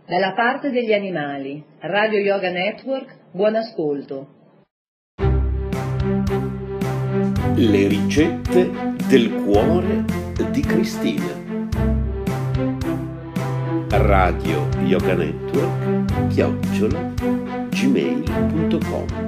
Dalla parte degli animali, Radio Yoga Network, buon ascolto. Le ricette del cuore di Cristina. Radio Yoga Network @gmail.com.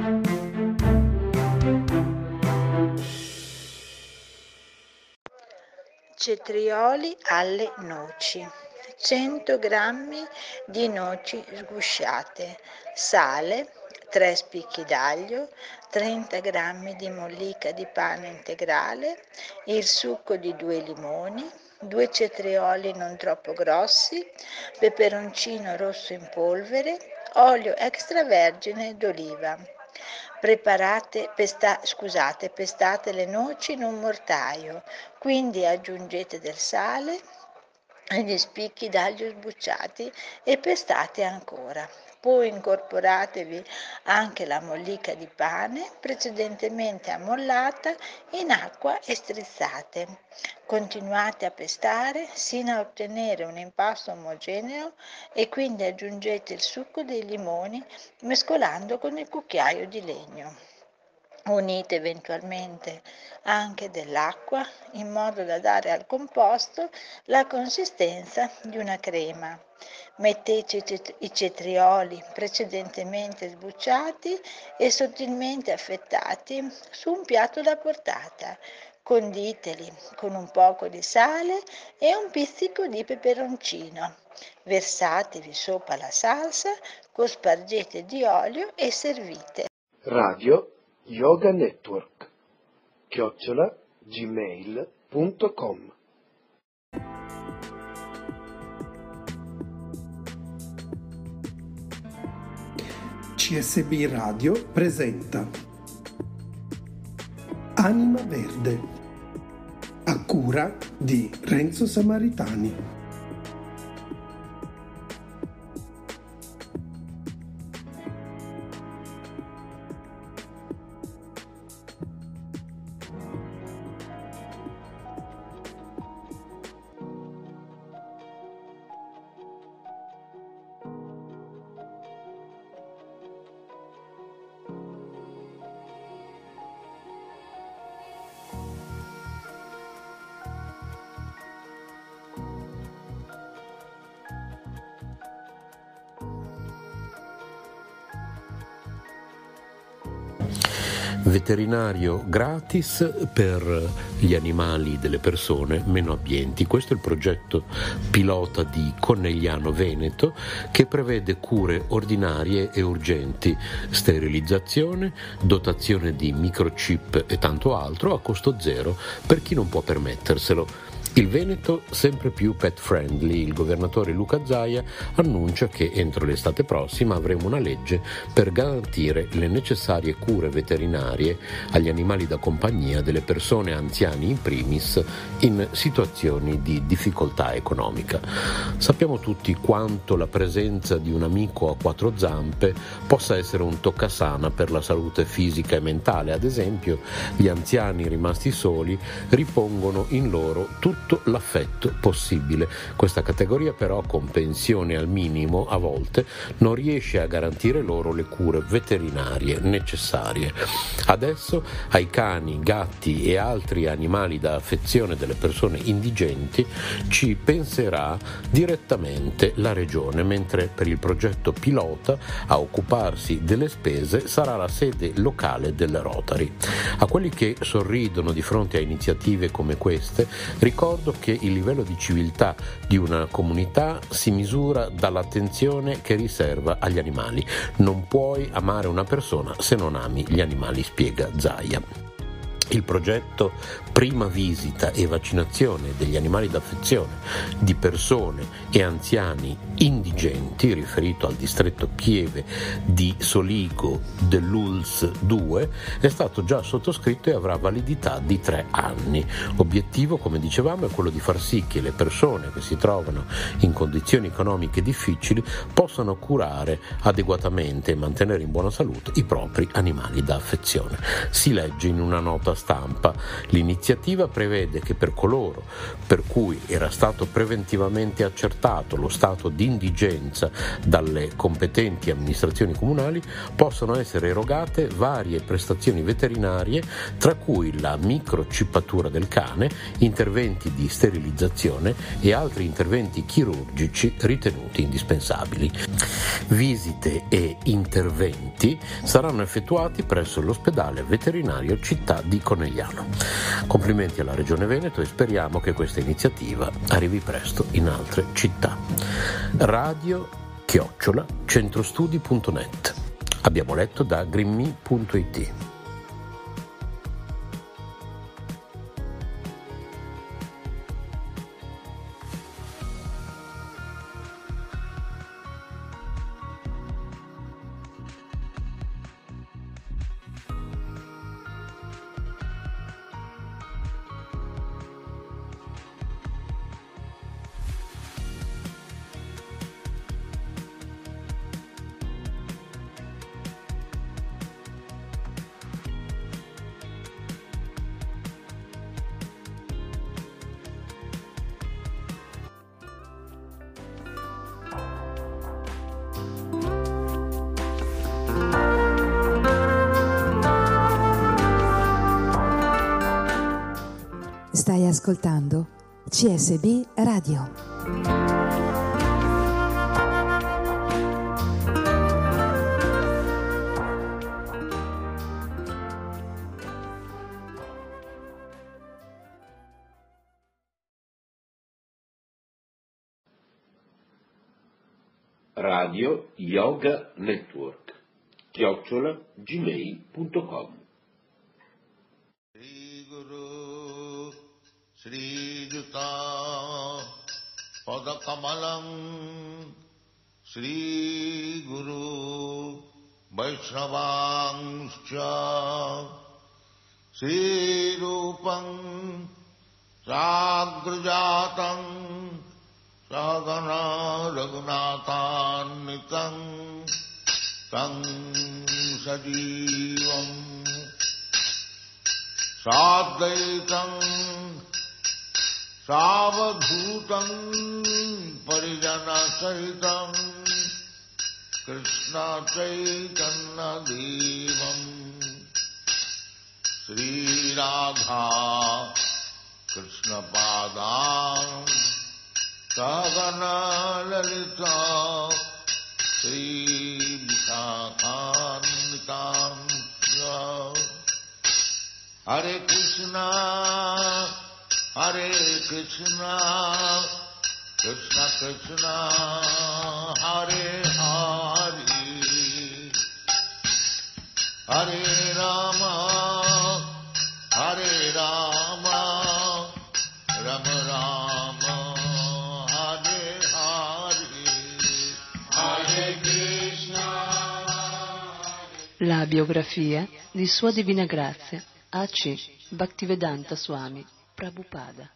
Cetrioli alle noci. 100 grammi di noci sgusciate, sale, 3 spicchi d'aglio, 30 grammi di mollica di pane integrale, il succo di 2 limoni, 2 cetrioli non troppo grossi, peperoncino rosso in polvere, olio extravergine d'oliva. Pestate le noci in un mortaio, quindi aggiungete del sale e gli spicchi d'aglio sbucciati e pestate ancora. Poi incorporatevi anche la mollica di pane precedentemente ammollata in acqua e strizzate. Continuate a pestare sino a ottenere un impasto omogeneo e quindi aggiungete il succo dei limoni mescolando con il cucchiaio di legno. Unite eventualmente anche dell'acqua in modo da dare al composto la consistenza di una crema. Mettete i cetrioli precedentemente sbucciati e sottilmente affettati su un piatto da portata. Conditeli con un poco di sale e un pizzico di peperoncino. Versatevi sopra la salsa, cospargete di olio e servite. Radio Yoga Network @gmail.com. CSB Radio presenta Anima Verde, a cura di Renzo Samaritani. Veterinario gratis per gli animali delle persone meno abbienti. Questo è il progetto pilota di Conegliano Veneto, che prevede cure ordinarie e urgenti, sterilizzazione, dotazione di microchip e tanto altro a costo zero per chi non può permetterselo. Il Veneto sempre più pet friendly. Il governatore Luca Zaia annuncia che entro l'estate prossima avremo una legge per garantire le necessarie cure veterinarie agli animali da compagnia delle persone anziane in primis in situazioni di difficoltà economica. Sappiamo tutti quanto la presenza di un amico a 4 zampe possa essere un toccasana per la salute fisica e mentale. Ad esempio, gli anziani rimasti soli ripongono in loro tutto l'affetto possibile. Questa categoria però, con pensione al minimo a volte, non riesce a garantire loro le cure veterinarie necessarie. Adesso ai cani, gatti e altri animali da affezione delle persone indigenti ci penserà direttamente la Regione, mentre per il progetto pilota a occuparsi delle spese sarà la sede locale del Rotary. A quelli che sorridono di fronte a iniziative come queste, ricordo che il livello di civiltà di una comunità si misura dall'attenzione che riserva agli animali. Non puoi amare una persona se non ami gli animali, spiega Zaia. Il progetto Prima visita e vaccinazione degli animali d'affezione di persone e anziani indigenti, riferito al distretto Pieve di Soligo dell'ULSS 2, è stato già sottoscritto e avrà validità di 3 anni. Obiettivo, come dicevamo, è quello di far sì che le persone che si trovano in condizioni economiche difficili possano curare adeguatamente e mantenere in buona salute i propri animali da affezione. Si legge in una nota sulla stampa. L'iniziativa prevede che per coloro per cui era stato preventivamente accertato lo stato di indigenza dalle competenti amministrazioni comunali possano essere erogate varie prestazioni veterinarie, tra cui la microcippatura del cane, interventi di sterilizzazione e altri interventi chirurgici ritenuti indispensabili. Visite e interventi saranno effettuati presso l'ospedale veterinario Città di Conegliano. Complimenti alla Regione Veneto e speriamo che questa iniziativa arrivi presto in altre città. radio@centrostudi.net. Abbiamo letto da greenme.it. Stai ascoltando CSB Radio. Radio Yoga Network @gmail.com. Sri Juta Padakamalam Sri Guru Vaishnavangscha Sri Rupam Sagrajatam Sagana Raghunathannitam Tam Sajivam Sadvaitam Savadhutam Parijana Sahitam Krishna Chaitanya Devam Sri Radha Krishna Padam Sagana Lalita Sri Visakhantam Hare Krishna Hare Krishna, Krishna Krishna, Hare Hare, Hare Rama, Hare Rama, Rama Rama, Hare Hare, Hare Krishna. La biografia di Sua Divina Grazia A.C. Bhaktivedanta Swami Prabhupada.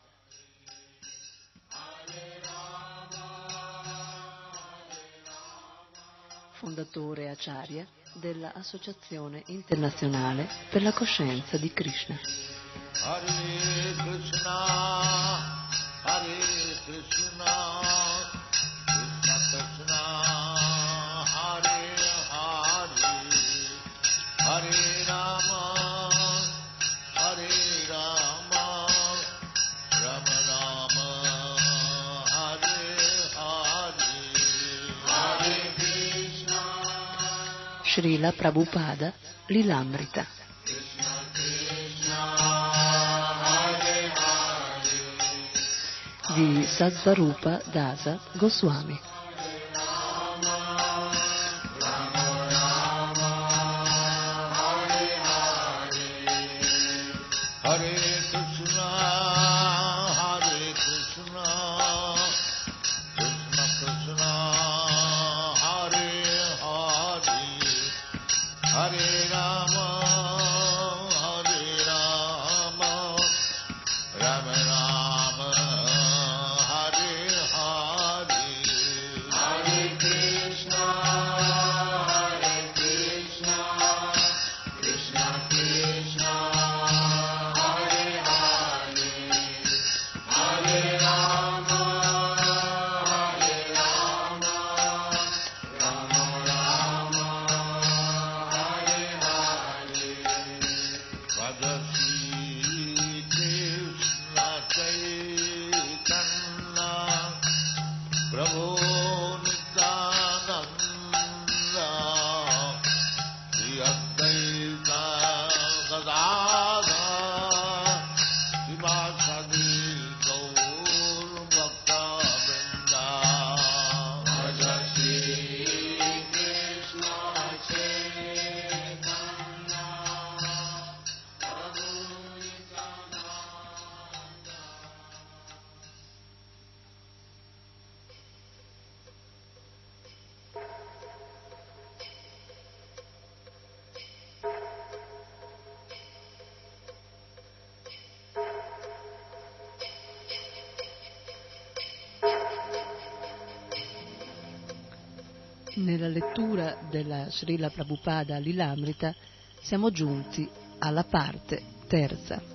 Fondatore Acharya della Associazione Internazionale per la Coscienza di Krishna. Hare Krishna, Hare Krishna, Krishna Krishna, Hare Hare, Hare Rama, Hare Rama, Rama Rama, Hare Hare, Hare Krishna. Srila Prabhupada Lilamrita. Di Satsvarupa Dasa Goswami. Hare Krishna, Hare Krishna, Krishna Krishna, Hare Hare, Hare Rama, Hare Rama, Rama Rama, Hare Hare, Nella lettura della Srila Prabhupada Lilamrita siamo giunti alla parte terza.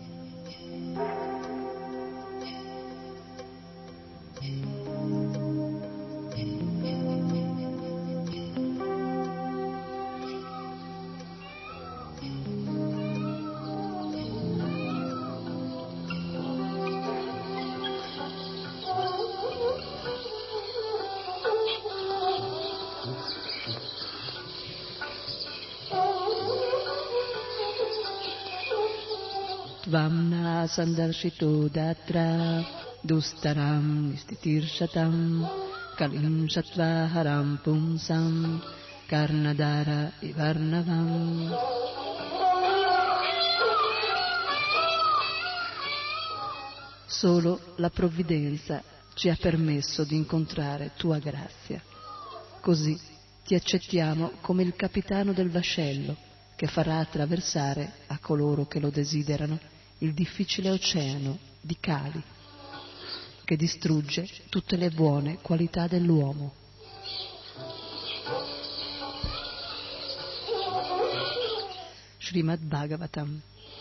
Tvamna sandarshito datra dustaram istitirshatam kalim shatvaharam pumsam karnadara ivarnavam. Solo la provvidenza ci ha permesso di incontrare tua grazia. Così ti accettiamo come il capitano del vascello che farà attraversare a coloro che lo desiderano il difficile oceano di Kali, che distrugge tutte le buone qualità dell'uomo. Srimad Bhagavatam.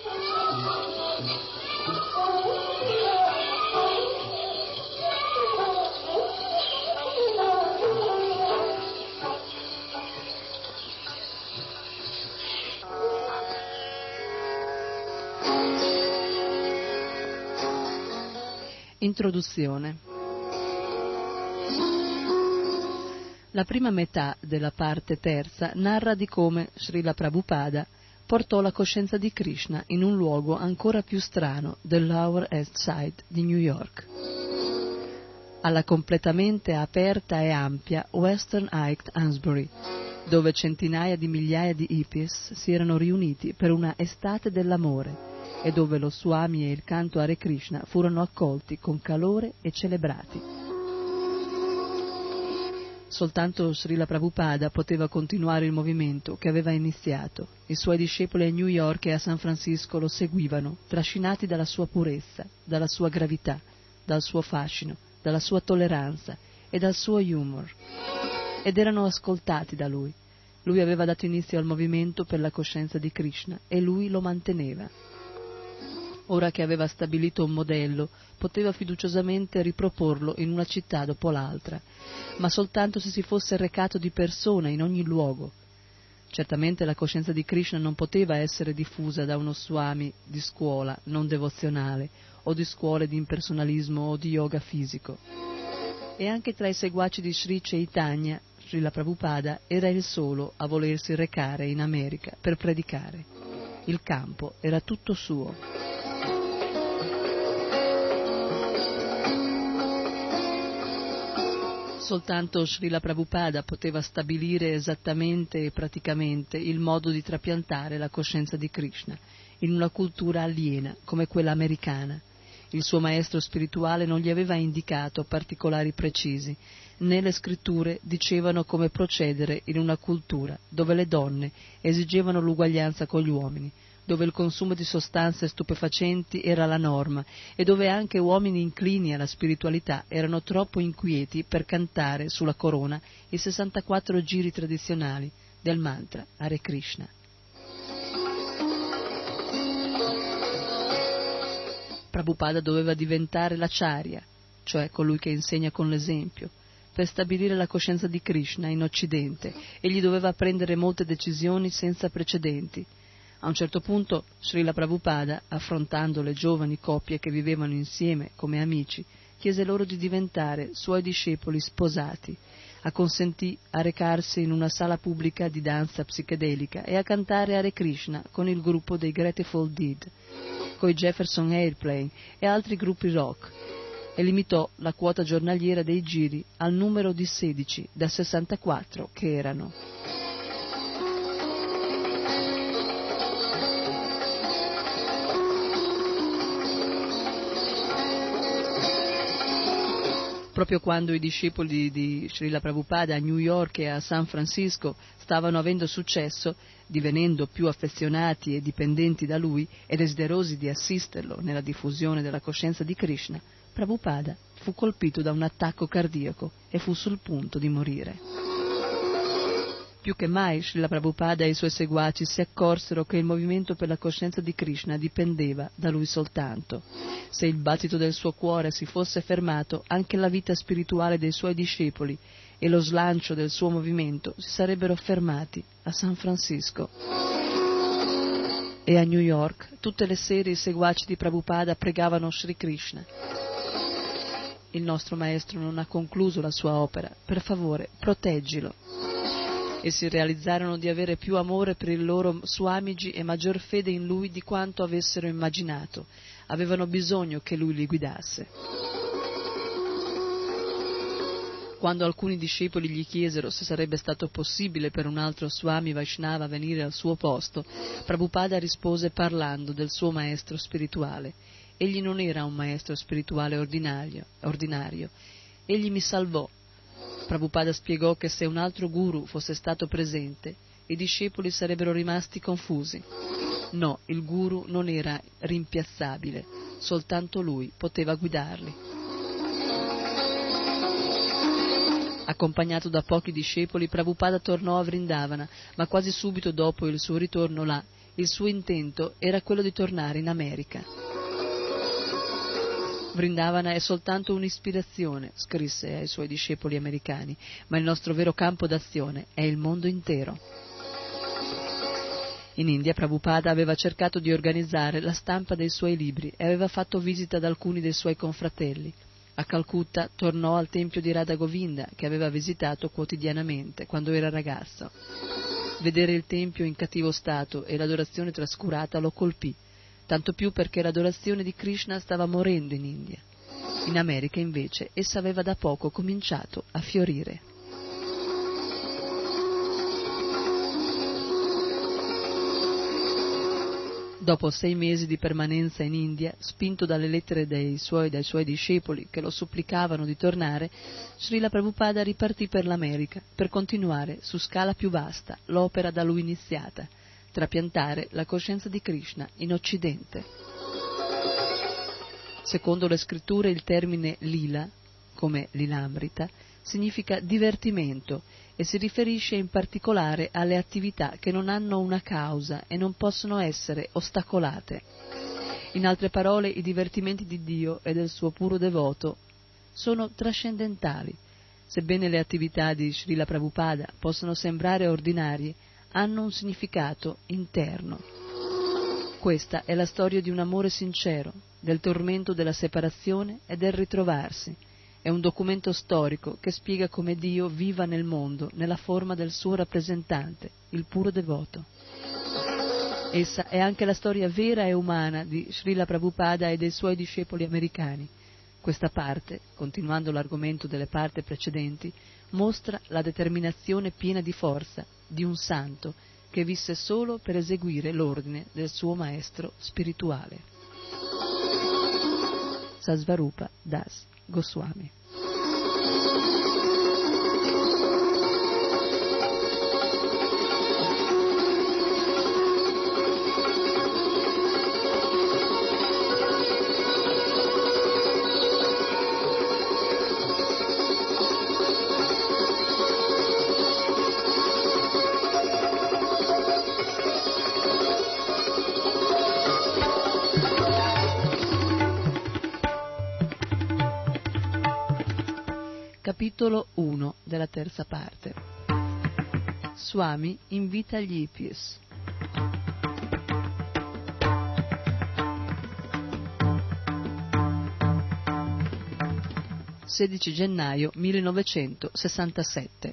Introduzione. La prima metà della parte terza narra di come Srila Prabhupada portò la coscienza di Krishna in un luogo ancora più strano del Lower East Side di New York, alla completamente aperta e ampia Western Heights Ansbury, dove centinaia di migliaia di hippies si erano riuniti per una estate dell'amore e dove lo Swami e il canto Hare Krishna furono accolti con calore e celebrati. Soltanto Srila Prabhupada poteva continuare il movimento che aveva iniziato. I suoi discepoli a New York e a San Francisco lo seguivano, trascinati dalla sua purezza, dalla sua gravità, dal suo fascino, dalla sua tolleranza e dal suo humor. Ed erano ascoltati da lui. Lui aveva dato inizio al movimento per la coscienza di Krishna e lui lo manteneva. Ora che aveva stabilito un modello, poteva fiduciosamente riproporlo in una città dopo l'altra, ma soltanto se si fosse recato di persona in ogni luogo. Certamente la coscienza di Krishna non poteva essere diffusa da uno Swami di scuola non devozionale, o di scuole di impersonalismo o di yoga fisico. E anche tra i seguaci di Sri Chaitanya, Srila Prabhupada era il solo a volersi recare in America per predicare. Il campo era tutto suo. Soltanto Srila Prabhupada poteva stabilire esattamente e praticamente il modo di trapiantare la coscienza di Krishna in una cultura aliena come quella americana. Il suo maestro spirituale non gli aveva indicato particolari precisi, né le scritture dicevano come procedere in una cultura dove le donne esigevano l'uguaglianza con gli uomini, dove il consumo di sostanze stupefacenti era la norma e dove anche uomini inclini alla spiritualità erano troppo inquieti per cantare sulla corona i 64 giri tradizionali del mantra Hare Krishna. Prabhupada doveva diventare l'acharya, cioè colui che insegna con l'esempio, per stabilire la coscienza di Krishna in Occidente. Egli doveva prendere molte decisioni senza precedenti. A un certo punto Srila Prabhupada, affrontando le giovani coppie che vivevano insieme come amici, chiese loro di diventare suoi discepoli sposati, acconsentì a recarsi in una sala pubblica di danza psichedelica e a cantare Hare Krishna con il gruppo dei Grateful Dead, coi Jefferson Airplane e altri gruppi rock, e limitò la quota giornaliera dei giri al numero di 16 da 64 che erano. Proprio quando i discepoli di Srila Prabhupada a New York e a San Francisco stavano avendo successo, divenendo più affezionati e dipendenti da lui e desiderosi di assisterlo nella diffusione della coscienza di Krishna, Prabhupada fu colpito da un attacco cardiaco e fu sul punto di morire. Più che mai Srila Prabhupada e i suoi seguaci si accorsero che il movimento per la coscienza di Krishna dipendeva da lui soltanto. Se il battito del suo cuore si fosse fermato, anche la vita spirituale dei suoi discepoli e lo slancio del suo movimento si sarebbero fermati a San Francisco. E a New York tutte le sere i seguaci di Prabhupada pregavano Sri Krishna. Il nostro maestro non ha concluso la sua opera, per favore, proteggilo. Essi realizzarono di avere più amore per il loro Swamiji e maggior fede in lui di quanto avessero immaginato. Avevano bisogno che lui li guidasse. Quando alcuni discepoli gli chiesero se sarebbe stato possibile per un altro Swami Vaishnava venire al suo posto, Prabhupada rispose parlando del suo maestro spirituale. Egli non era un maestro spirituale ordinario. Egli mi salvò. Prabhupada spiegò che se un altro guru fosse stato presente, i discepoli sarebbero rimasti confusi. No, il guru non era rimpiazzabile, soltanto lui poteva guidarli. Accompagnato da pochi discepoli, Prabhupada tornò a Vrindavana, ma quasi subito dopo il suo ritorno là, il suo intento era quello di tornare in America. Vrindavana è soltanto un'ispirazione, scrisse ai suoi discepoli americani, ma il nostro vero campo d'azione è il mondo intero. In India Prabhupada aveva cercato di organizzare la stampa dei suoi libri e aveva fatto visita ad alcuni dei suoi confratelli. A Calcutta tornò al tempio di Radha Govinda, che aveva visitato quotidianamente quando era ragazzo. Vedere il tempio in cattivo stato e l'adorazione trascurata lo colpì, tanto più perché l'adorazione di Krishna stava morendo in India. In America, invece, essa aveva da poco cominciato a fiorire. Dopo 6 mesi di permanenza in India, spinto dalle lettere dai suoi discepoli che lo supplicavano di tornare, Srila Prabhupada ripartì per l'America per continuare su scala più vasta l'opera da lui iniziata, trapiantare la coscienza di Krishna in Occidente. Secondo le scritture il termine lila, come lilamrita, significa divertimento e si riferisce in particolare alle attività che non hanno una causa e non possono essere ostacolate. In altre parole, i divertimenti di Dio e del suo puro devoto sono trascendentali. Sebbene le attività di Srila Prabhupada possano sembrare ordinarie, hanno un significato interno. Questa è la storia di un amore sincero, del tormento della separazione e del ritrovarsi. È un documento storico che spiega come Dio viva nel mondo nella forma del suo rappresentante, il puro devoto. Essa è anche la storia vera e umana di Srila Prabhupada e dei suoi discepoli americani. Questa parte, continuando l'argomento delle parti precedenti, mostra la determinazione piena di forza di un santo che visse solo per eseguire l'ordine del suo maestro spirituale. Sasvarupa Das Goswami. Capitolo 1 della terza parte. Swami invita gli hippies. (16 gennaio 1967).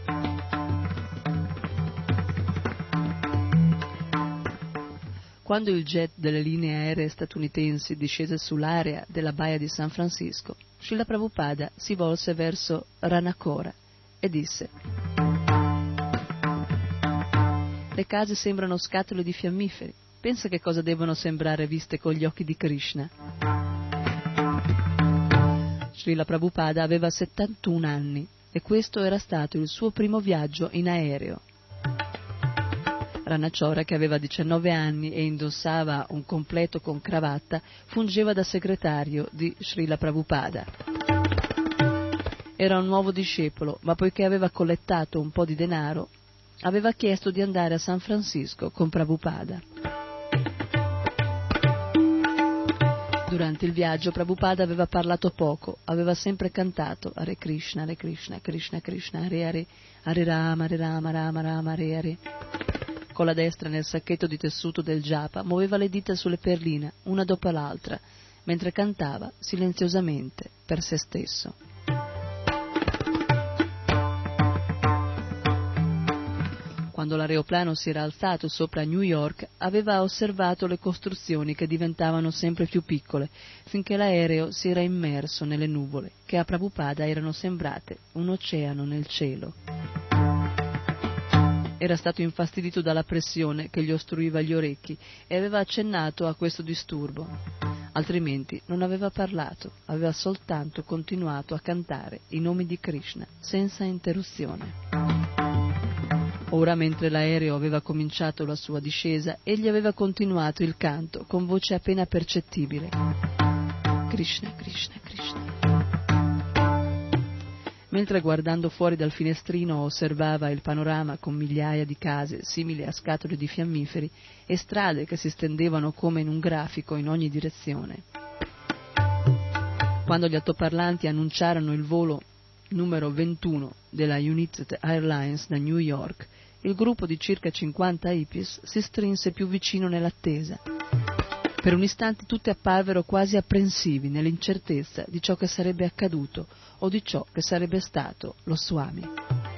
Quando il jet delle linee aeree statunitensi discese sull'area della baia di San Francisco, Srila Prabhupada si volse verso Ranakora e disse: «Le case sembrano scatole di fiammiferi. Pensa che cosa devono sembrare viste con gli occhi di Krishna». Srila Prabhupada aveva 71 anni e questo era stato il suo primo viaggio in aereo. Ranachora, che aveva 19 anni e indossava un completo con cravatta, fungeva da segretario di Srila Prabhupada. Era un nuovo discepolo, ma poiché aveva collettato un po' di denaro, aveva chiesto di andare a San Francisco con Prabhupada. Durante il viaggio Prabhupada aveva parlato poco, aveva sempre cantato Hare Krishna, Krishna Krishna, Hare Hare, Hare Rama, Rama Rama, Hare Hare. Con la destra nel sacchetto di tessuto del japa muoveva le dita sulle perline, una dopo l'altra, mentre cantava silenziosamente per se stesso. Quando l'aeroplano si era alzato sopra New York, aveva osservato le costruzioni che diventavano sempre più piccole, finché l'aereo si era immerso nelle nuvole, che a Prabhupada erano sembrate un oceano nel cielo. Era stato infastidito dalla pressione che gli ostruiva gli orecchi e aveva accennato a questo disturbo. Altrimenti non aveva parlato, aveva soltanto continuato a cantare i nomi di Krishna, senza interruzione. Ora, mentre l'aereo aveva cominciato la sua discesa, egli aveva continuato il canto con voce appena percettibile. Krishna, Krishna, Krishna. Mentre guardando fuori dal finestrino osservava il panorama con migliaia di case simili a scatole di fiammiferi e strade che si stendevano come in un grafico in ogni direzione. Quando gli altoparlanti annunciarono il volo numero 21 della United Airlines da New York, il gruppo di circa 50 hippies si strinse più vicino nell'attesa. Per un istante tutti apparvero quasi apprensivi nell'incertezza di ciò che sarebbe accaduto o di ciò che sarebbe stato lo Swami.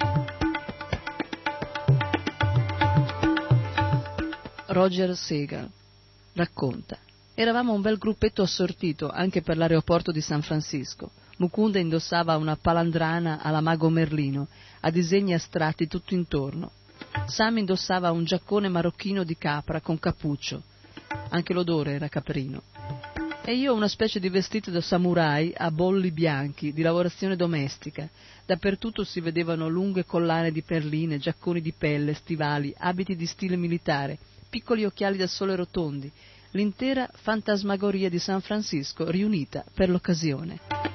Roger Segal racconta: eravamo un bel gruppetto assortito anche per l'aeroporto di San Francisco. Mukunda indossava una palandrana alla Mago Merlino, a disegni astratti tutto intorno. Sam indossava un giaccone marocchino di capra con cappuccio. Anche l'odore era caprino. E io una specie di vestito da samurai a bolli bianchi, di lavorazione domestica. Dappertutto si vedevano lunghe collane di perline, giacconi di pelle, stivali, abiti di stile militare, piccoli occhiali da sole rotondi, l'intera fantasmagoria di San Francisco riunita per l'occasione.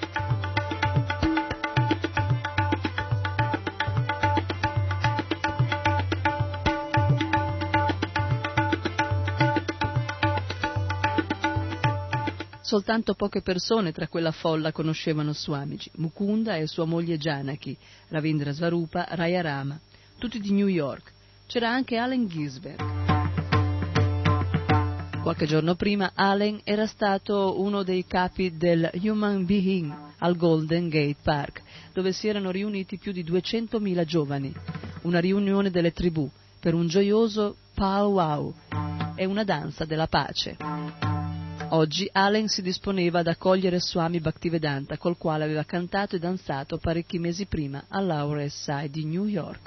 Soltanto poche persone tra quella folla conoscevano Swamiji, Mukunda e sua moglie Janaki, Ravindra Svarupa, Raya Rama, tutti di New York. C'era anche Allen Ginsberg. Qualche giorno prima Allen era stato uno dei capi del Human Being al Golden Gate Park, dove si erano riuniti più di 200.000 giovani. Una riunione delle tribù per un gioioso powwow e una danza della pace. Oggi Allen si disponeva ad accogliere Swami Bhaktivedanta, col quale aveva cantato e danzato parecchi mesi prima all'Lower East Side di New York.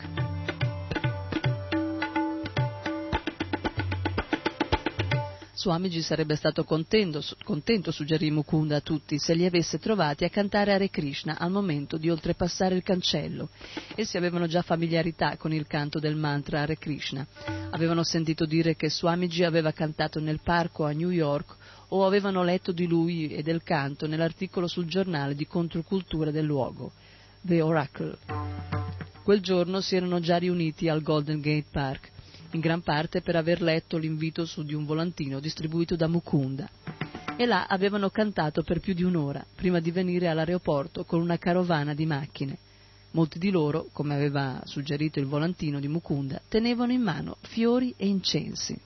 Swamiji sarebbe stato contento, suggerì Mukunda a tutti, se li avesse trovati a cantare Hare Krishna al momento di oltrepassare il cancello. Essi avevano già familiarità con il canto del mantra Hare Krishna. Avevano sentito dire che Swamiji aveva cantato nel parco a New York o avevano letto di lui e del canto nell'articolo sul giornale di controcultura del luogo, The Oracle. Quel giorno si erano già riuniti al Golden Gate Park, in gran parte per aver letto l'invito su di un volantino distribuito da Mukunda. E là avevano cantato per più di un'ora, prima di venire all'aeroporto con una carovana di macchine. Molti di loro, come aveva suggerito il volantino di Mukunda, tenevano in mano fiori e incensi.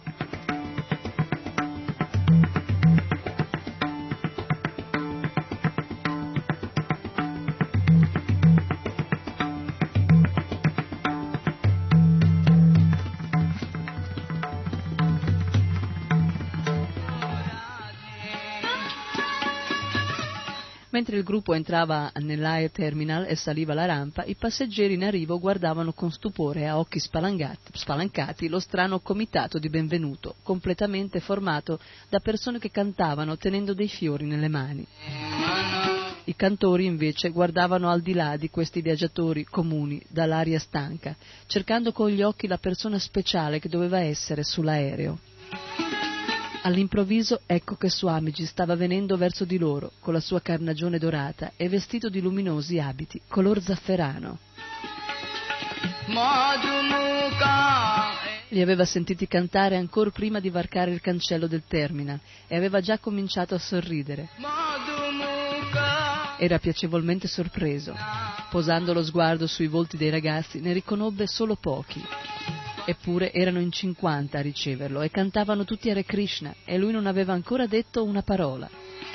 Mentre il gruppo entrava nell'air terminal e saliva la rampa, i passeggeri in arrivo guardavano con stupore a occhi spalancati lo strano comitato di benvenuto, completamente formato da persone che cantavano tenendo dei fiori nelle mani. I cantori invece guardavano al di là di questi viaggiatori comuni dall'aria stanca, cercando con gli occhi la persona speciale che doveva essere sull'aereo. All'improvviso ecco che Swamiji stava venendo verso di loro, con la sua carnagione dorata e vestito di luminosi abiti, color zafferano. Li aveva sentiti cantare ancora prima di varcare il cancello del terminal e aveva già cominciato a sorridere. Era piacevolmente sorpreso. Posando lo sguardo sui volti dei ragazzi, ne riconobbe solo pochi. Eppure erano in 50 a riceverlo e cantavano tutti Hare Krishna e lui non aveva ancora detto una parola.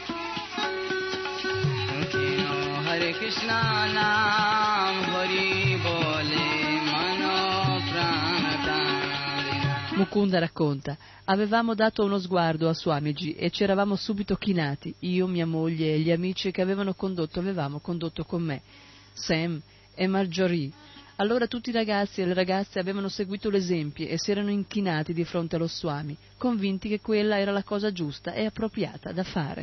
Hare Krishna Nam Hari Bole Mano Prana. Mukunda racconta: avevamo dato uno sguardo a Swamiji e ci eravamo subito chinati, io, mia moglie e gli amici che avevamo condotto con me, Sam e Marjorie. Allora tutti i ragazzi e le ragazze avevano seguito l'esempio e si erano inchinati di fronte allo Swami, convinti che quella era la cosa giusta e appropriata da fare.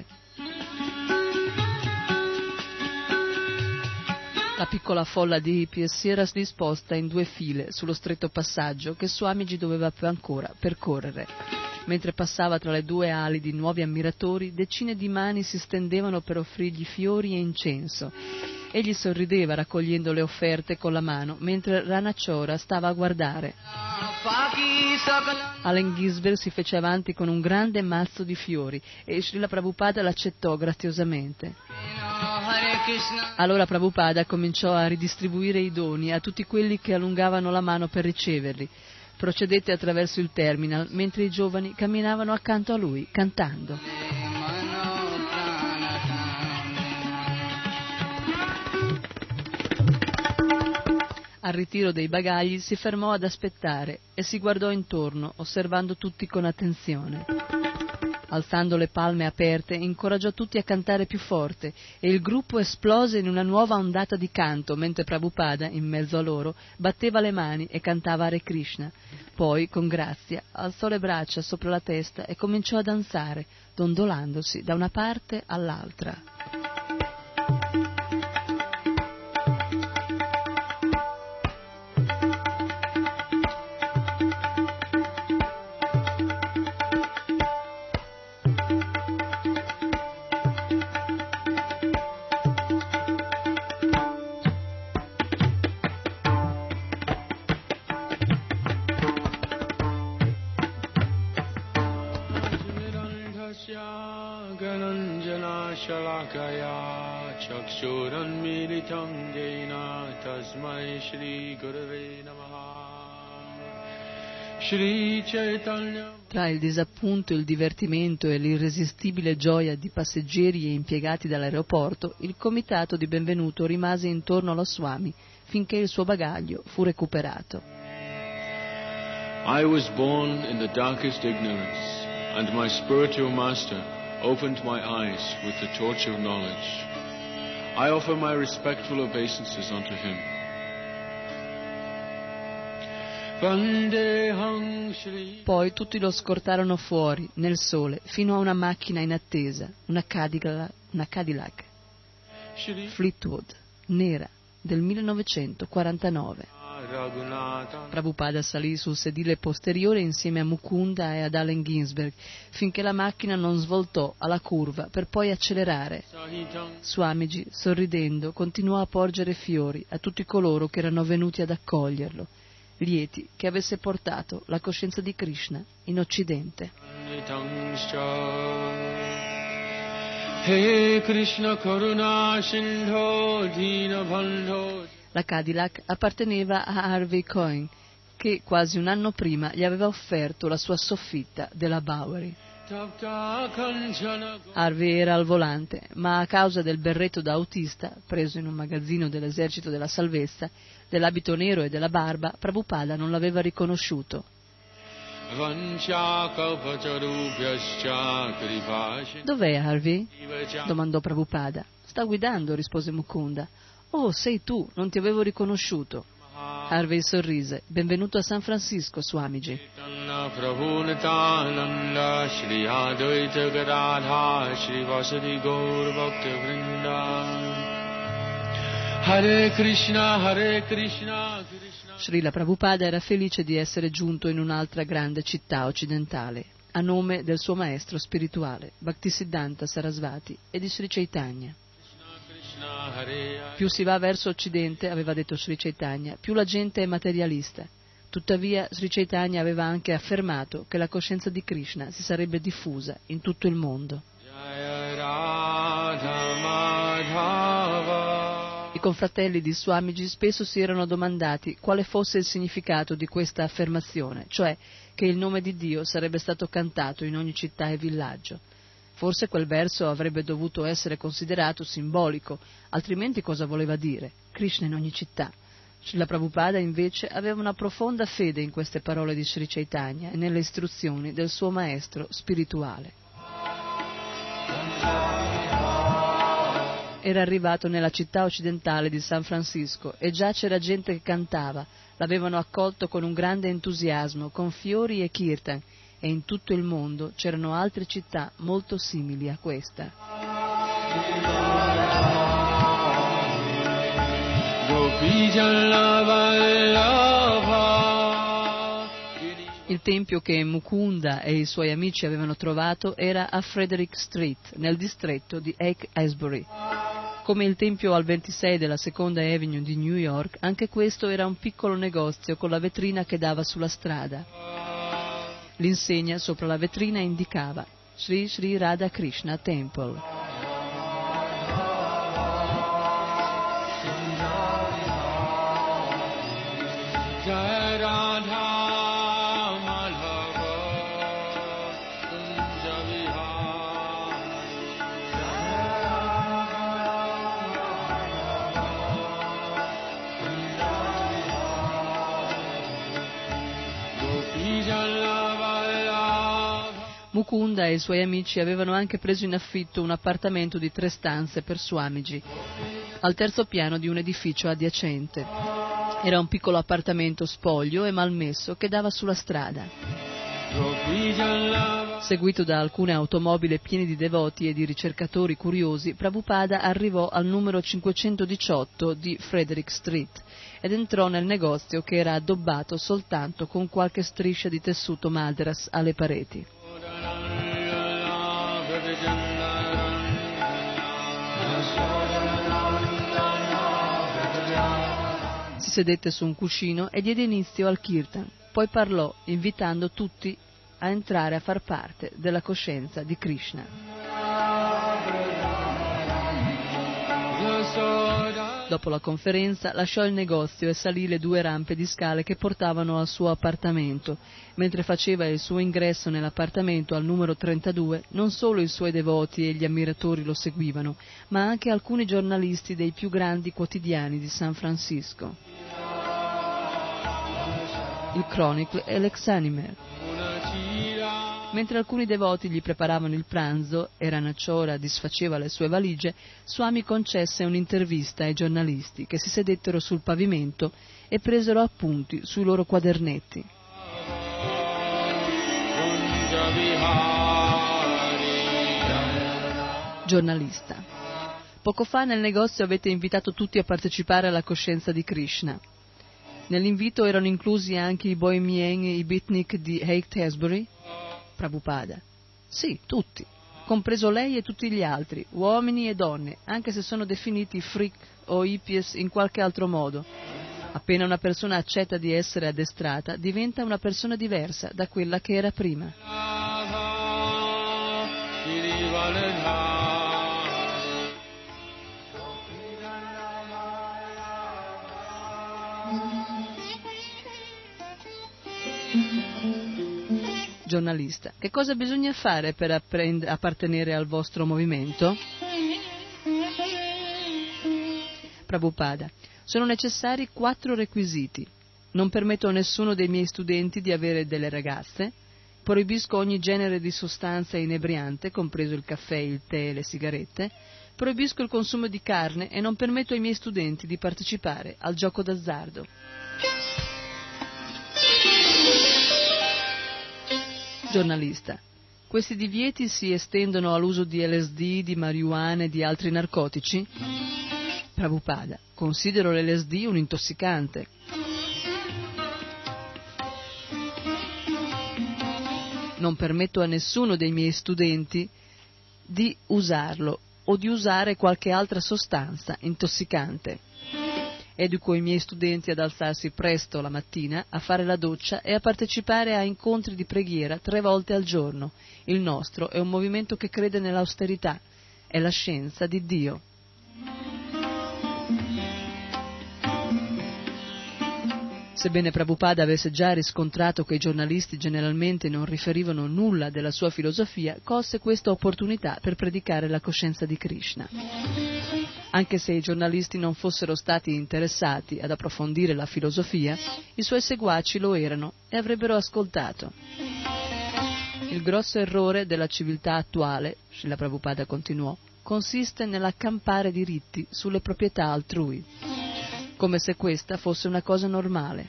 La piccola folla di hippies si era disposta in 2 file sullo stretto passaggio che Swamiji doveva ancora percorrere. Mentre passava tra le 2 ali di nuovi ammiratori, decine di mani si stendevano per offrirgli fiori e incenso. Egli sorrideva raccogliendo le offerte con la mano, mentre Rana Chora stava a guardare. Allen Ginsberg si fece avanti con un grande mazzo di fiori e Srila Prabhupada l'accettò graziosamente. Allora Prabhupada cominciò a ridistribuire i doni a tutti quelli che allungavano la mano per riceverli. Procedette attraverso il terminal mentre i giovani camminavano accanto a lui, cantando. Al ritiro dei bagagli si fermò ad aspettare e si guardò intorno, osservando tutti con attenzione. Alzando le palme aperte, incoraggiò tutti a cantare più forte e il gruppo esplose in una nuova ondata di canto, mentre Prabhupada, in mezzo a loro, batteva le mani e cantava Hare Krishna. Poi, con grazia, alzò le braccia sopra la testa e cominciò a danzare, dondolandosi da una parte all'altra. Tra il disappunto, il divertimento e l'irresistibile gioia di passeggeri e impiegati dall'aeroporto, il comitato di benvenuto rimase intorno allo Swami finché il suo bagaglio fu recuperato. I was born in the darkest ignorance, and my spiritual master opened my eyes with the torch of knowledge. I offer my respectful obeisances unto him. Poi tutti lo scortarono fuori, nel sole, fino a una macchina in attesa, una Cadillac Fleetwood, nera, del 1949. Prabhupada salì sul sedile posteriore insieme a Mukunda e ad Allen Ginsberg, finché la macchina non svoltò alla curva per poi accelerare. Swamiji, sorridendo, continuò a porgere fiori a tutti coloro che erano venuti ad accoglierlo, lieti che avesse portato la coscienza di Krishna in Occidente. La Cadillac apparteneva a Harvey Cohen, che quasi un anno prima gli aveva offerto la sua soffitta della Bowery. Harvey era al volante, ma a causa del berretto da autista, preso in un magazzino dell'esercito della salvezza, dell'abito nero e della barba, Prabhupada non l'aveva riconosciuto. Dov'è Harvey? Domandò Prabhupada. Sta guidando, rispose Mukunda. Oh, sei tu, non ti avevo riconosciuto. Harvey sorrise. Benvenuto a San Francisco, Swamiji. Hare Krishna, Hare Krishna, Krishna. Srila Prabhupada era felice di essere giunto in un'altra grande città occidentale, a nome del suo maestro spirituale, Bhaktisiddhanta Sarasvati, e di Sri Chaitanya. Più si va verso occidente, aveva detto Sri Chaitanya, più la gente è materialista. Tuttavia Sri Chaitanya aveva anche affermato che la coscienza di Krishna si sarebbe diffusa in tutto il mondo. I confratelli di Swamiji spesso si erano domandati quale fosse il significato di questa affermazione, cioè che il nome di Dio sarebbe stato cantato in ogni città e villaggio. Forse quel verso avrebbe dovuto essere considerato simbolico, altrimenti cosa voleva dire? Krishna in ogni città. Srila Prabhupada invece aveva una profonda fede in queste parole di Sri Chaitanya e nelle istruzioni del suo maestro spirituale. Era arrivato nella città occidentale di San Francisco e già c'era gente che cantava, l'avevano accolto con un grande entusiasmo, con fiori e kirtan, e in tutto il mondo c'erano altre città molto simili a questa. Il tempio che Mukunda e i suoi amici avevano trovato era a Frederick Street, nel distretto di Haight-Ashbury. Come il tempio al 26 della Seconda Avenue di New York, anche questo era un piccolo negozio con la vetrina che dava sulla strada. L'insegna sopra la vetrina indicava Sri Sri Radha Krishna Temple. Mukunda e i suoi amici avevano anche preso in affitto un appartamento di 3 stanze per Swamiji, al terzo piano di un edificio adiacente. Era un piccolo appartamento spoglio e malmesso che dava sulla strada. Seguito da alcune automobili piene di devoti e di ricercatori curiosi, Prabhupada arrivò al numero 518 di Frederick Street ed entrò nel negozio che era addobbato soltanto con qualche striscia di tessuto madras alle pareti. Si sedette su un cuscino e diede inizio al kirtan, poi parlò invitando tutti a entrare a far parte della coscienza di Krishna. Dopo la conferenza lasciò il negozio e salì le 2 rampe di scale che portavano al suo appartamento. Mentre faceva il suo ingresso nell'appartamento al numero 32, non solo i suoi devoti e gli ammiratori lo seguivano, ma anche alcuni giornalisti dei più grandi quotidiani di San Francisco, il Chronicle e l'Examiner. Mentre alcuni devoti gli preparavano il pranzo e Ranachora disfaceva le sue valigie, Swami concesse un'intervista ai giornalisti che si sedettero sul pavimento e presero appunti sui loro quadernetti. Giornalista: poco fa nel negozio avete invitato tutti a partecipare alla coscienza di Krishna. Nell'invito erano inclusi anche i bohemien e i beatnik di Haight-Ashbury? Prabhupada: sì, tutti, compreso lei e tutti gli altri, uomini e donne, anche se sono definiti freak o hippies in qualche altro modo. Appena una persona accetta di essere addestrata, diventa una persona diversa da quella che era prima. Giornalista: che cosa bisogna fare per appartenere al vostro movimento? Prabhupada: sono necessari 4 requisiti. Non permetto a nessuno dei miei studenti di avere delle ragazze, proibisco ogni genere di sostanza inebriante, compreso il caffè, il tè e le sigarette, proibisco il consumo di carne e non permetto ai miei studenti di partecipare al gioco d'azzardo. Giornalista: questi divieti si estendono all'uso di LSD, di marijuana e di altri narcotici? Prabhupada: considero l'LSD un intossicante. Non permetto a nessuno dei miei studenti di usarlo o di usare qualche altra sostanza intossicante. Educo i miei studenti ad alzarsi presto la mattina, a fare la doccia e a partecipare a incontri di preghiera 3 volte al giorno. Il nostro è un movimento che crede nell'austerità, è la scienza di Dio. Sebbene Prabhupada avesse già riscontrato che i giornalisti generalmente non riferivano nulla della sua filosofia, colse questa opportunità per predicare la coscienza di Krishna. Anche se i giornalisti non fossero stati interessati ad approfondire la filosofia, i suoi seguaci lo erano e avrebbero ascoltato. Il grosso errore della civiltà attuale, Srila Prabhupada continuò, consiste nell'accampare diritti sulle proprietà altrui, come se questa fosse una cosa normale.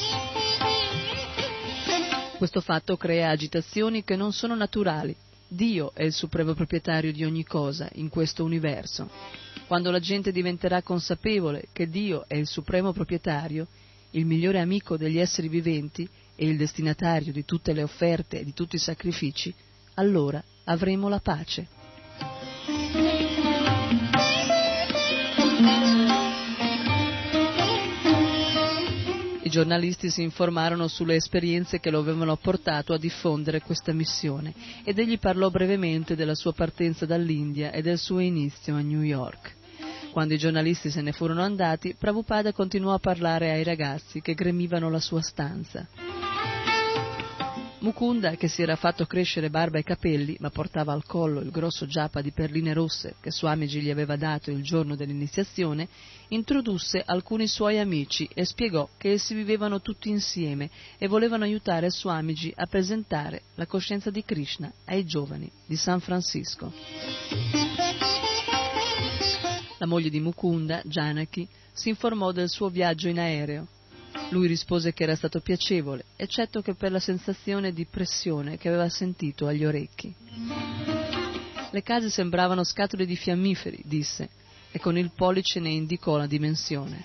Questo fatto crea agitazioni che non sono naturali. Dio è il supremo proprietario di ogni cosa in questo universo. Quando la gente diventerà consapevole che Dio è il supremo proprietario, il migliore amico degli esseri viventi e il destinatario di tutte le offerte e di tutti i sacrifici, allora avremo la pace. I giornalisti si informarono sulle esperienze che lo avevano portato a diffondere questa missione ed egli parlò brevemente della sua partenza dall'India e del suo inizio a New York. Quando i giornalisti se ne furono andati, Prabhupada continuò a parlare ai ragazzi che gremivano la sua stanza. Mukunda, che si era fatto crescere barba e capelli, ma portava al collo il grosso giappa di perline rosse che Swamiji gli aveva dato il giorno dell'iniziazione, introdusse alcuni suoi amici e spiegò che essi vivevano tutti insieme e volevano aiutare Swamiji a presentare la coscienza di Krishna ai giovani di San Francisco. La moglie di Mukunda, Janaki, si informò del suo viaggio in aereo. Lui rispose che era stato piacevole, eccetto che per la sensazione di pressione che aveva sentito agli orecchi. Le case sembravano scatole di fiammiferi, disse, e con il pollice ne indicò la dimensione.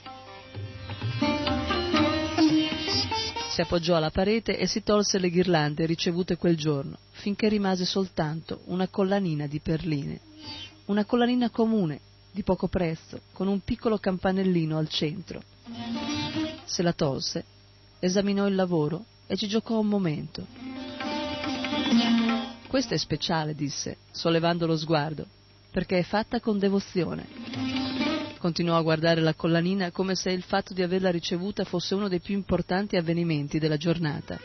Si appoggiò alla parete e si tolse le ghirlande ricevute quel giorno, finché rimase soltanto una collanina di perline. Una collanina comune, di poco prezzo, con un piccolo campanellino al centro. Se la tolse, esaminò il lavoro e ci giocò un momento. Questa è speciale, disse, sollevando lo sguardo, perché è fatta con devozione. Continuò a guardare la collanina come se il fatto di averla ricevuta fosse uno dei più importanti avvenimenti della giornata.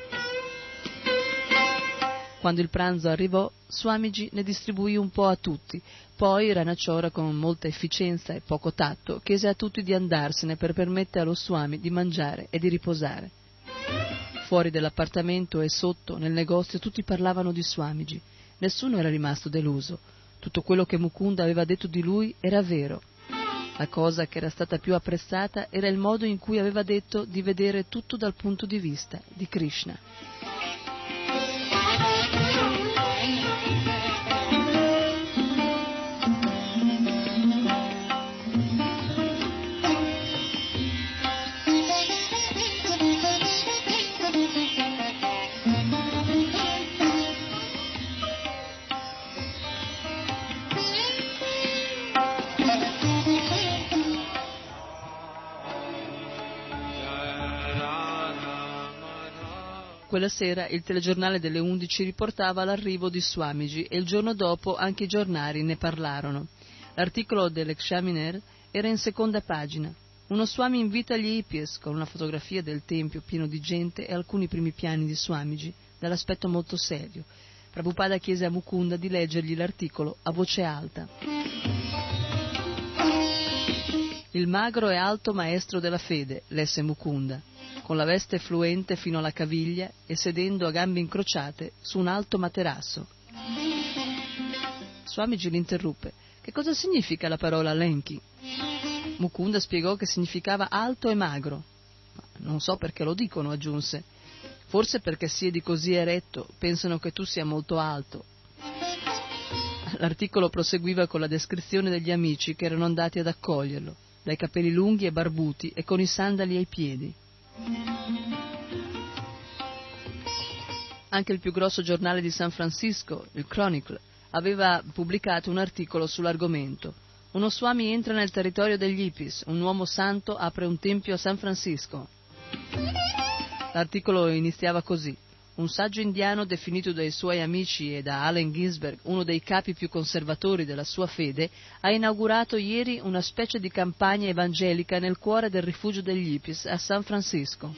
Quando il pranzo arrivò, Swamiji ne distribuì un po' a tutti. Poi Ranachora, con molta efficienza e poco tatto, chiese a tutti di andarsene per permettere allo Swami di mangiare e di riposare. Fuori dell'appartamento e sotto, nel negozio, tutti parlavano di Swamiji. Nessuno era rimasto deluso. Tutto quello che Mukunda aveva detto di lui era vero. La cosa che era stata più apprezzata era il modo in cui aveva detto di vedere tutto dal punto di vista di Krishna. Quella sera il telegiornale delle 11 riportava l'arrivo di Swamiji e il giorno dopo anche i giornali ne parlarono. L'articolo dell'Examiner era in seconda pagina. Uno Swami invita gli hippies con una fotografia del tempio pieno di gente e alcuni primi piani di Swamiji, dall'aspetto molto serio. Prabhupada chiese a Mukunda di leggergli l'articolo a voce alta. Il magro e alto maestro della fede, lesse Mukunda, con la veste fluente fino alla caviglia e sedendo a gambe incrociate su un alto materasso. Swamiji l'interruppe. Che cosa significa la parola lenki? Mukunda spiegò che significava alto e magro. Non so perché lo dicono, aggiunse. Forse perché siedi così eretto, pensano che tu sia molto alto. L'articolo proseguiva con la descrizione degli amici che erano andati ad accoglierlo, dai capelli lunghi e barbuti e con i sandali ai piedi. Anche il più grosso giornale di San Francisco, il Chronicle, aveva pubblicato un articolo sull'argomento. Uno Swami entra nel territorio degli hippies, un uomo santo apre un tempio a San Francisco. L'articolo iniziava così: un saggio indiano definito dai suoi amici e da Allen Ginsberg uno dei capi più conservatori della sua fede, ha inaugurato ieri una specie di campagna evangelica nel cuore del rifugio degli hippies a San Francisco.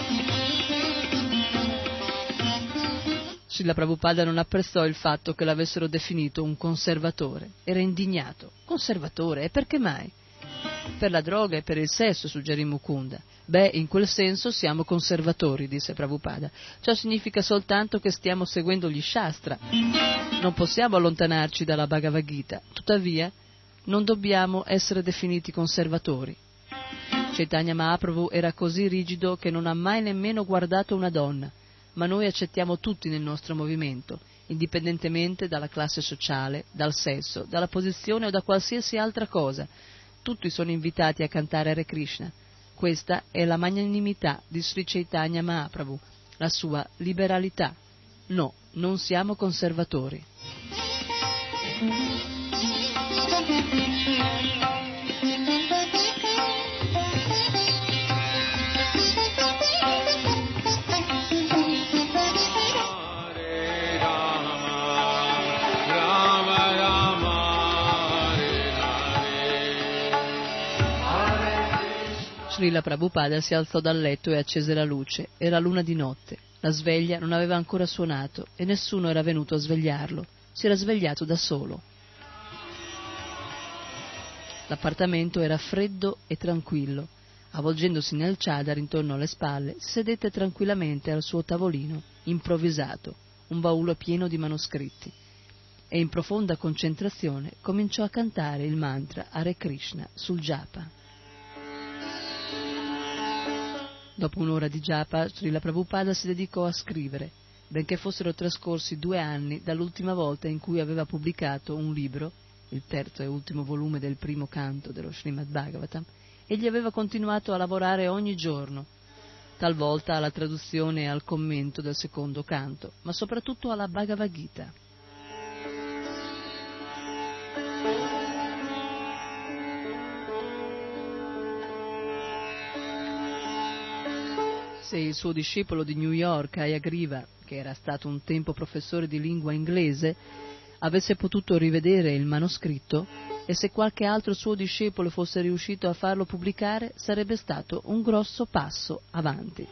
Srila Prabhupada non apprezzò il fatto che l'avessero definito un conservatore. Era indignato. Conservatore? E perché mai? Per la droga e per il sesso, suggerì Mukunda. Beh, in quel senso siamo conservatori, disse Prabhupada. Ciò significa soltanto che stiamo seguendo gli Shastra. Non possiamo allontanarci dalla Bhagavad Gita. Tuttavia, non dobbiamo essere definiti conservatori. Chaitanya Mahaprabhu era così rigido che non ha mai nemmeno guardato una donna. Ma noi accettiamo tutti nel nostro movimento, indipendentemente dalla classe sociale, dal sesso, dalla posizione o da qualsiasi altra cosa. Tutti sono invitati a cantare Hare Krishna. Questa è la magnanimità di Sri Chaitanya Mahaprabhu, la sua liberalità. No, non siamo conservatori. Srila Prabhupada si alzò dal letto e accese la luce. Era luna di notte. La sveglia non aveva ancora suonato e nessuno era venuto a svegliarlo. Si era svegliato da solo. L'appartamento era freddo e tranquillo. Avvolgendosi nel chadar intorno alle spalle, si sedette tranquillamente al suo tavolino, improvvisato, un baule pieno di manoscritti. E in profonda concentrazione cominciò a cantare il mantra Hare Krishna sul japa. Dopo un'ora di japa, Srila Prabhupada si dedicò a scrivere, benché fossero trascorsi 2 anni dall'ultima volta in cui aveva pubblicato un libro, il terzo e ultimo volume del primo canto dello Srimad Bhagavatam, egli aveva continuato a lavorare ogni giorno, talvolta alla traduzione e al commento del secondo canto, ma soprattutto alla Bhagavad Gita. Se il suo discepolo di New York, Hayagriva, che era stato un tempo professore di lingua inglese, avesse potuto rivedere il manoscritto, e se qualche altro suo discepolo fosse riuscito a farlo pubblicare, sarebbe stato un grosso passo avanti.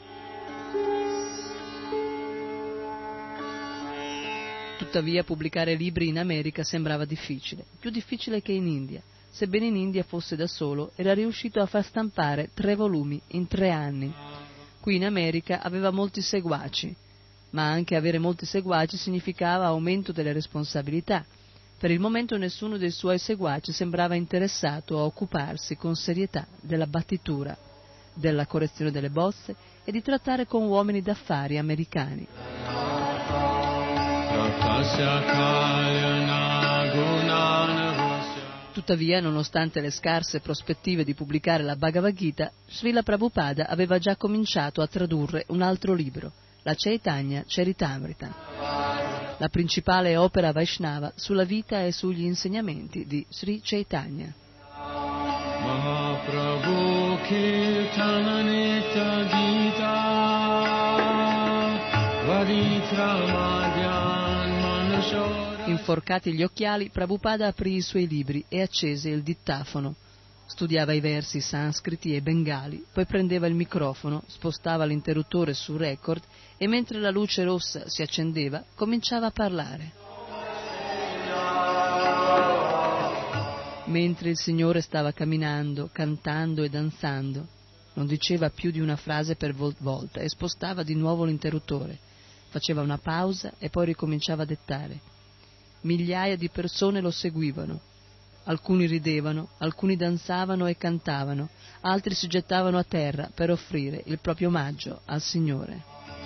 Tuttavia, pubblicare libri in America sembrava difficile, più difficile che in India. Sebbene in India fosse da solo, era riuscito a far stampare 3 volumi in 3 anni. Qui in America aveva molti seguaci, ma anche avere molti seguaci significava aumento delle responsabilità. Per il momento nessuno dei suoi seguaci sembrava interessato a occuparsi con serietà della battitura, della correzione delle bozze e di trattare con uomini d'affari americani. Tuttavia, nonostante le scarse prospettive di pubblicare la Bhagavad Gita, Srila Prabhupada aveva già cominciato a tradurre un altro libro, la Chaitanya Charitamrita, la principale opera Vaishnava sulla vita e sugli insegnamenti di Sri Chaitanya. Mahaprabhu Kirtana Nitya Gita Varikramadyan Manusho. Inforcati gli occhiali, Prabhupada aprì i suoi libri e accese il dittafono. Studiava i versi sanscriti e bengali, poi prendeva il microfono, spostava l'interruttore su record e mentre la luce rossa si accendeva, cominciava a parlare. Mentre il Signore stava camminando, cantando e danzando, non diceva più di una frase per volta e spostava di nuovo l'interruttore. Faceva una pausa e poi ricominciava a dettare. Migliaia di persone lo seguivano. Alcuni ridevano, alcuni danzavano e cantavano, altri si gettavano a terra per offrire il proprio omaggio al Signore.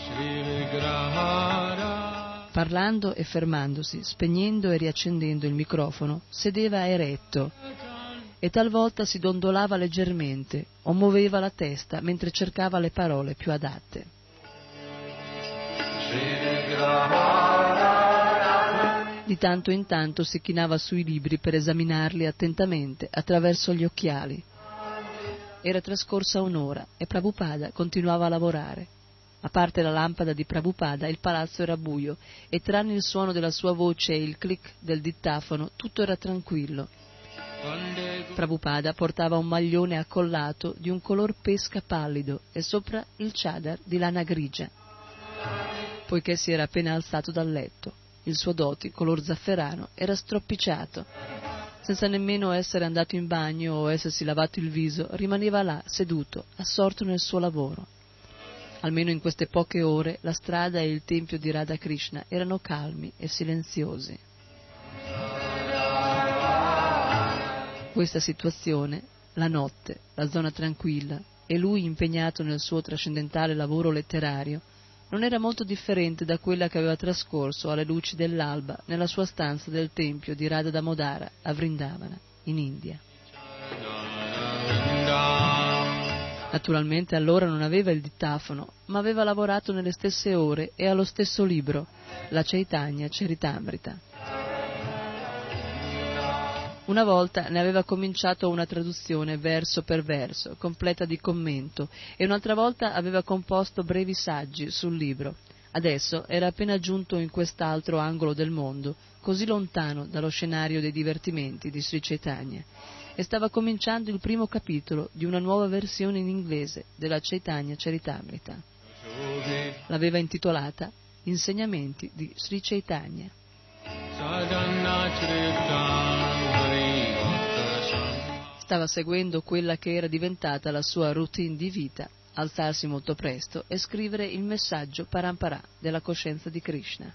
Parlando e fermandosi, spegnendo e riaccendendo il microfono, sedeva eretto e talvolta si dondolava leggermente o muoveva la testa mentre cercava le parole più adatte. Di tanto in tanto si chinava sui libri per esaminarli attentamente attraverso gli occhiali. Era trascorsa un'ora e Prabhupada continuava a lavorare. A parte la lampada di Prabhupada, il palazzo era buio e tranne il suono della sua voce e il click del dittafono, tutto era tranquillo. Prabhupada portava un maglione accollato di un color pesca pallido e sopra il chadar di lana grigia, poiché si era appena alzato dal letto. Il suo dhoti, color zafferano, era stropicciato. Senza nemmeno essere andato in bagno o essersi lavato il viso, rimaneva là, seduto, assorto nel suo lavoro. Almeno in queste poche ore la strada e il tempio di Radha Krishna erano calmi e silenziosi. Questa situazione, la notte, la zona tranquilla e lui impegnato nel suo trascendentale lavoro letterario, non era molto differente da quella che aveva trascorso alle luci dell'alba nella sua stanza del tempio di Radha Damodara a Vrindavana, in India. Naturalmente allora non aveva il dittafono, ma aveva lavorato nelle stesse ore e allo stesso libro, la Chaitanya Charitamrita. Una volta ne aveva cominciato una traduzione verso per verso, completa di commento, e un'altra volta aveva composto brevi saggi sul libro. Adesso era appena giunto in quest'altro angolo del mondo, così lontano dallo scenario dei divertimenti di Sri Chaitanya, e stava cominciando il primo capitolo di una nuova versione in inglese della Chaitanya Charitamrita. L'aveva intitolata Insegnamenti di Sri Chaitanya. Stava seguendo quella che era diventata la sua routine di vita, alzarsi molto presto e scrivere il messaggio parampara della coscienza di Krishna.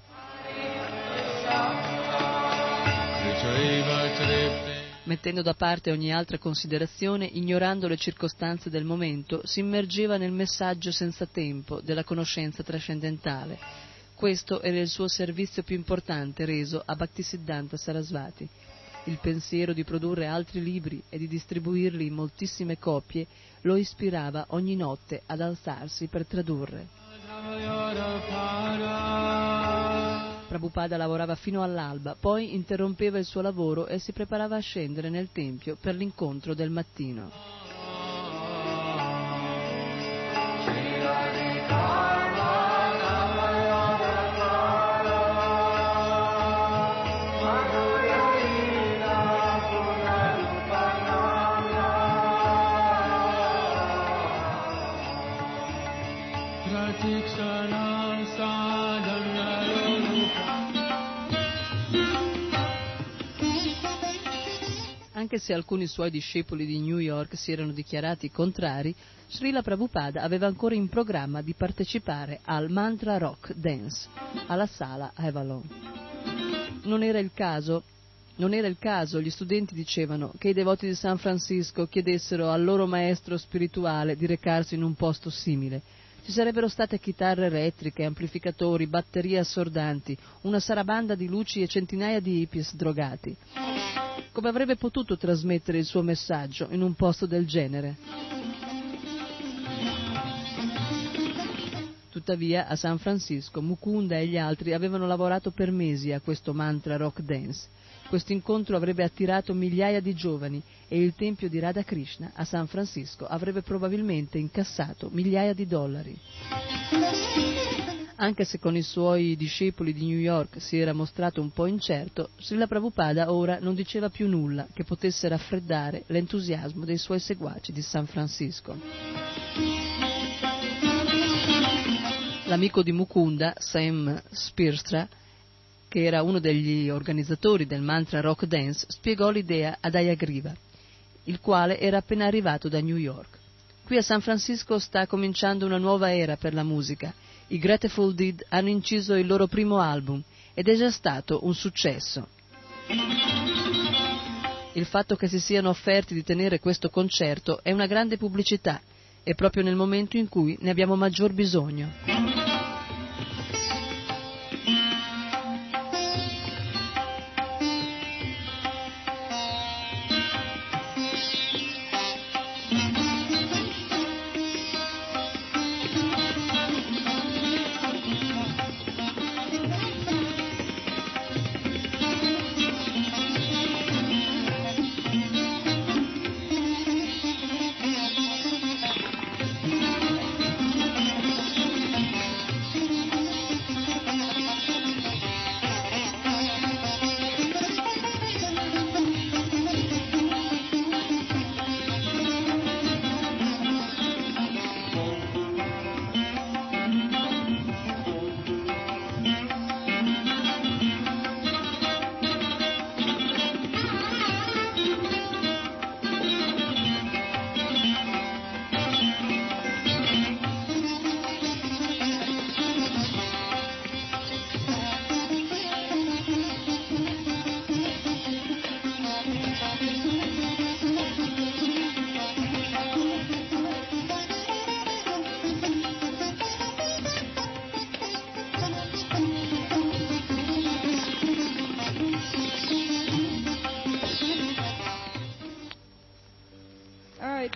Mettendo da parte ogni altra considerazione, ignorando le circostanze del momento, si immergeva nel messaggio senza tempo della conoscenza trascendentale. Questo era il suo servizio più importante reso a Bhaktisiddhanta Sarasvati. Il pensiero di produrre altri libri e di distribuirli in moltissime copie lo ispirava ogni notte ad alzarsi per tradurre. Prabhupada lavorava fino all'alba, poi interrompeva il suo lavoro e si preparava a scendere nel tempio per l'incontro del mattino. Anche se alcuni suoi discepoli di New York si erano dichiarati contrari, Srila Prabhupada aveva ancora in programma di partecipare al Mantra Rock Dance alla sala Avalon. Non era il caso, gli studenti dicevano, che i devoti di San Francisco chiedessero al loro maestro spirituale di recarsi in un posto simile. Ci sarebbero state chitarre elettriche, amplificatori, batterie assordanti, una sarabanda di luci e centinaia di hippies drogati. Come avrebbe potuto trasmettere il suo messaggio in un posto del genere? Tuttavia, a San Francisco, Mukunda e gli altri avevano lavorato per mesi a questo Mantra Rock Dance. Questo incontro avrebbe attirato migliaia di giovani e il tempio di Radha Krishna a San Francisco avrebbe probabilmente incassato migliaia di dollari. Anche se con i suoi discepoli di New York si era mostrato un po' incerto, Srila Prabhupada ora non diceva più nulla che potesse raffreddare l'entusiasmo dei suoi seguaci di San Francisco. L'amico di Mukunda, Sam Spirstra, che era uno degli organizzatori del Mantra Rock Dance, spiegò l'idea ad Hayagriva, il quale era appena arrivato da New York. Qui a San Francisco sta cominciando una nuova era per la musica. I Grateful Dead hanno inciso il loro primo album ed è già stato un successo. Il fatto che si siano offerti di tenere questo concerto è una grande pubblicità e proprio nel momento in cui ne abbiamo maggior bisogno.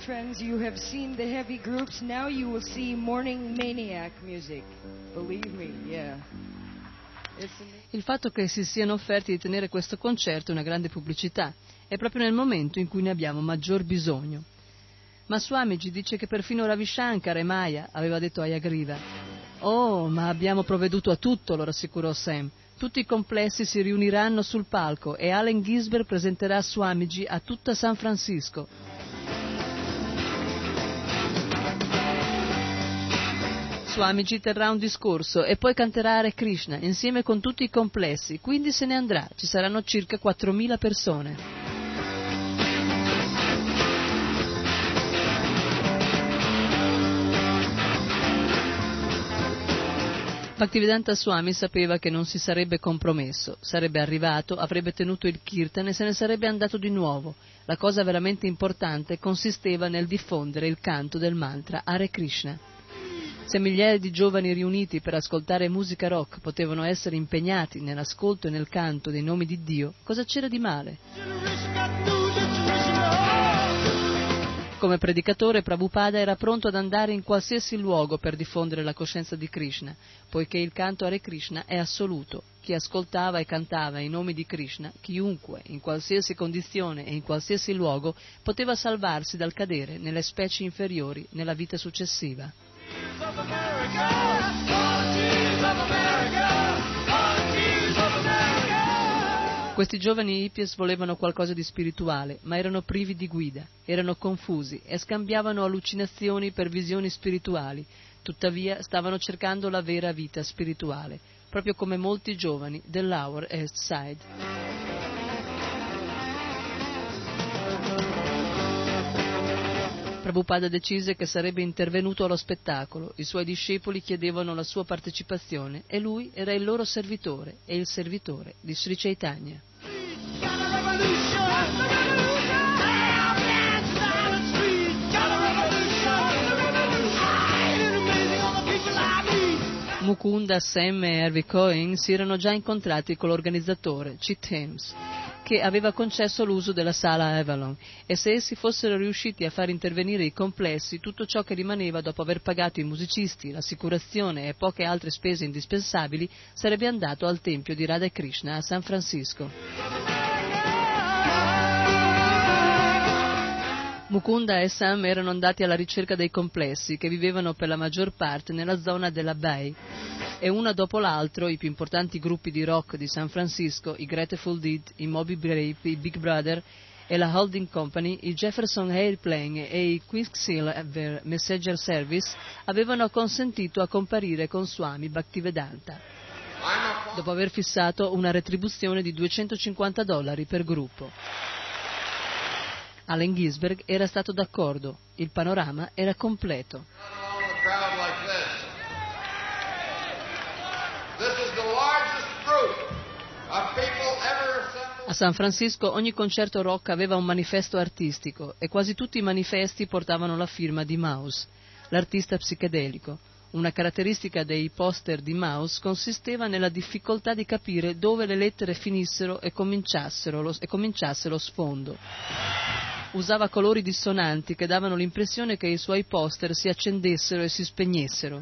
trends. You have seen the heavy groups. Now you will see morning maniac music. Believe me, yeah. Il fatto che si siano offerti di tenere questo concerto è una grande pubblicità. È proprio nel momento in cui ne abbiamo maggior bisogno. Ma Swamiji dice che perfino Ravi Shankar e Maya, aveva detto Hayagriva. Oh, ma abbiamo provveduto a tutto, lo rassicurò Sam. Tutti i complessi si riuniranno sul palco e Allen Ginsberg presenterà Swamiji a tutta San Francisco. Swamiji terrà un discorso e poi canterà Hare Krishna insieme con tutti i complessi, quindi se ne andrà, ci saranno circa 4.000 persone. Bhaktivedanta Swami sapeva che non si sarebbe compromesso, sarebbe arrivato, avrebbe tenuto il kirtan e se ne sarebbe andato di nuovo. La cosa veramente importante consisteva nel diffondere il canto del mantra Hare Krishna. Se migliaia di giovani riuniti per ascoltare musica rock potevano essere impegnati nell'ascolto e nel canto dei nomi di Dio, cosa c'era di male? Come predicatore, Prabhupada era pronto ad andare in qualsiasi luogo per diffondere la coscienza di Krishna, poiché il canto Hare Krishna è assoluto. Chi ascoltava e cantava i nomi di Krishna, chiunque, in qualsiasi condizione e in qualsiasi luogo, poteva salvarsi dal cadere nelle specie inferiori nella vita successiva. Questi giovani hippies volevano qualcosa di spirituale, ma erano privi di guida, erano confusi e scambiavano allucinazioni per visioni spirituali, tuttavia stavano cercando la vera vita spirituale, proprio come molti giovani dell'Lower East Side. Prabhupada decise che sarebbe intervenuto allo spettacolo, i suoi discepoli chiedevano la sua partecipazione e lui era il loro servitore e il servitore di Sri Chaitanya. Mukunda, Sam e Harvey Cohen si erano già incontrati con l'organizzatore, Chet Helms, che aveva concesso l'uso della sala Avalon, e se essi fossero riusciti a far intervenire i complessi, tutto ciò che rimaneva dopo aver pagato i musicisti, l'assicurazione e poche altre spese indispensabili sarebbe andato al tempio di Radha Krishna a San Francisco. Mukunda e Sam erano andati alla ricerca dei complessi, che vivevano per la maggior parte nella zona della Bay, e uno dopo l'altro i più importanti gruppi di rock di San Francisco, i Grateful Dead, i Moby Grape, i Big Brother e la Holding Company, i Jefferson Airplane e i Quicksilver Messenger Service, avevano consentito a comparire con Swami Bhaktivedanta, dopo aver fissato una retribuzione di $250 per gruppo. Allen Ginsberg era stato d'accordo, il panorama era completo. A San Francisco ogni concerto rock aveva un manifesto artistico e quasi tutti i manifesti portavano la firma di Mouse, l'artista psichedelico. Una caratteristica dei poster di Mouse consisteva nella difficoltà di capire dove le lettere finissero e cominciasse lo sfondo. Usava colori dissonanti che davano l'impressione che i suoi poster si accendessero e si spegnessero.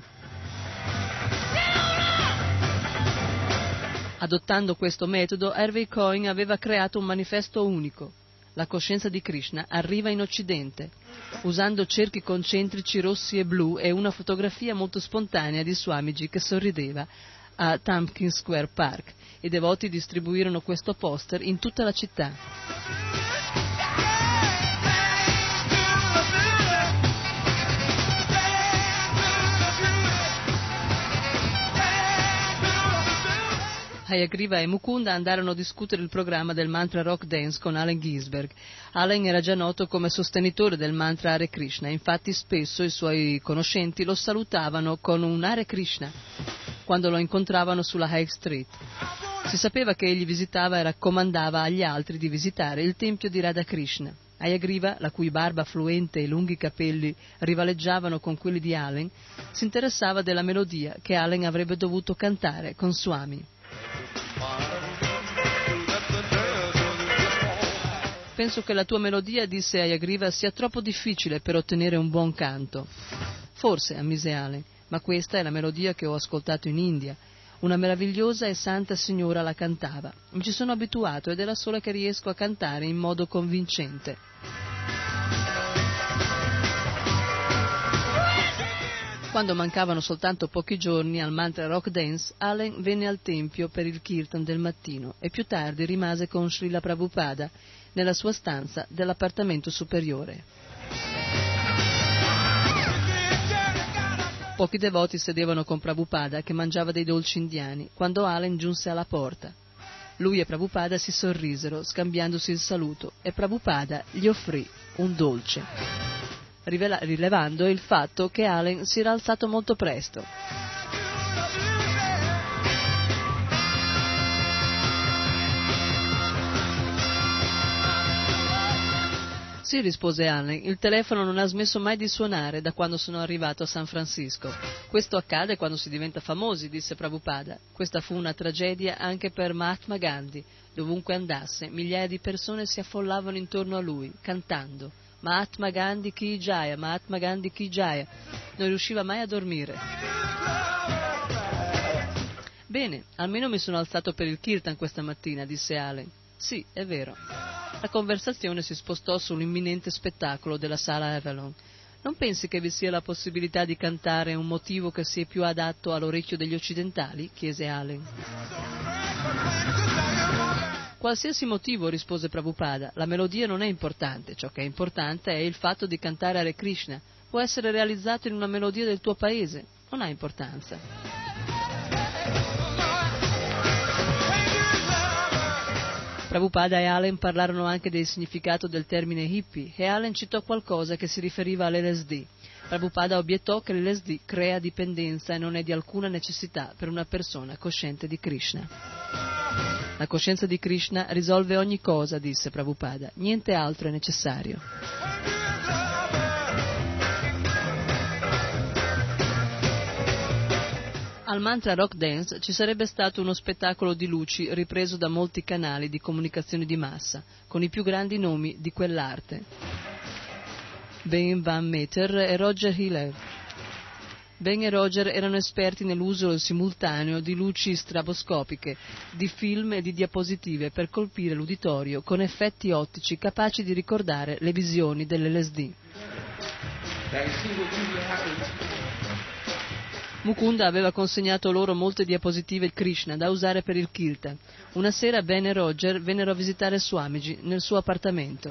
Adottando questo metodo, Harvey Cohen aveva creato un manifesto unico. La coscienza di Krishna arriva in Occidente, usando cerchi concentrici rossi e blu e una fotografia molto spontanea di Swamiji che sorrideva a Tompkins Square Park. I devoti distribuirono questo poster in tutta la città. Hayagriva e Mukunda andarono a discutere il programma del mantra Rock Dance con Allen Ginsberg. Allen era già noto come sostenitore del mantra Hare Krishna, infatti spesso i suoi conoscenti lo salutavano con un Hare Krishna quando lo incontravano sulla High Street. Si sapeva che egli visitava e raccomandava agli altri di visitare il tempio di Radha Krishna. Hayagriva, la cui barba fluente e i lunghi capelli rivaleggiavano con quelli di Allen, si interessava della melodia che Allen avrebbe dovuto cantare con Swami. Penso che la tua melodia, disse Hayagriva, sia troppo difficile per ottenere un buon canto. Forse, ammise Allen, ma questa è la melodia che ho ascoltato in India. Una meravigliosa e santa signora la cantava. Mi ci sono abituato ed è la sola che riesco a cantare in modo convincente. Quando mancavano soltanto pochi giorni al mantra rock dance, Allen venne al tempio per il kirtan del mattino e più tardi rimase con Srila Prabhupada nella sua stanza dell'appartamento superiore. Pochi devoti sedevano con Prabhupada che mangiava dei dolci indiani quando Allen giunse alla porta. Lui e Prabhupada si sorrisero scambiandosi il saluto e Prabhupada gli offrì un dolce, rilevando il fatto che Allen si era alzato molto presto. Sì, rispose Allen, il telefono non ha smesso mai di suonare da quando sono arrivato a San Francisco. Questo accade quando si diventa famosi, disse Prabhupada. Questa fu una tragedia anche per Mahatma Gandhi. Dovunque andasse, migliaia di persone si affollavano intorno a lui, cantando Mahatma Gandhi Ki Jaya, Mahatma Gandhi Ki Jaya. Non riusciva mai a dormire. Bene, almeno mi sono alzato per il kirtan questa mattina, disse Allen. Sì, è vero. La conversazione si spostò sull'imminente spettacolo della sala Avalon. Non pensi che vi sia la possibilità di cantare un motivo che sia più adatto all'orecchio degli occidentali? Chiese Allen. Qualsiasi motivo, rispose Prabhupada. La melodia non è importante. Ciò che è importante è il fatto di cantare Hare Krishna. Può essere realizzato in una melodia del tuo paese. Non ha importanza. Prabhupada e Allen parlarono anche del significato del termine hippie e Allen citò qualcosa che si riferiva all'LSD. Prabhupada obiettò che l'LSD crea dipendenza e non è di alcuna necessità per una persona cosciente di Krishna. La coscienza di Krishna risolve ogni cosa, disse Prabhupada, niente altro è necessario. Al mantra rock dance ci sarebbe stato uno spettacolo di luci ripreso da molti canali di comunicazione di massa, con i più grandi nomi di quell'arte. Ben Van Meter e Roger Hiller. Ben e Roger erano esperti nell'uso simultaneo di luci straboscopiche, di film e di diapositive per colpire l'uditorio con effetti ottici capaci di ricordare le visioni dell'LSD. Mukunda aveva consegnato loro molte diapositive Krishna da usare per il kirtan. Una sera Ben e Roger vennero a visitare Swamiji nel suo appartamento.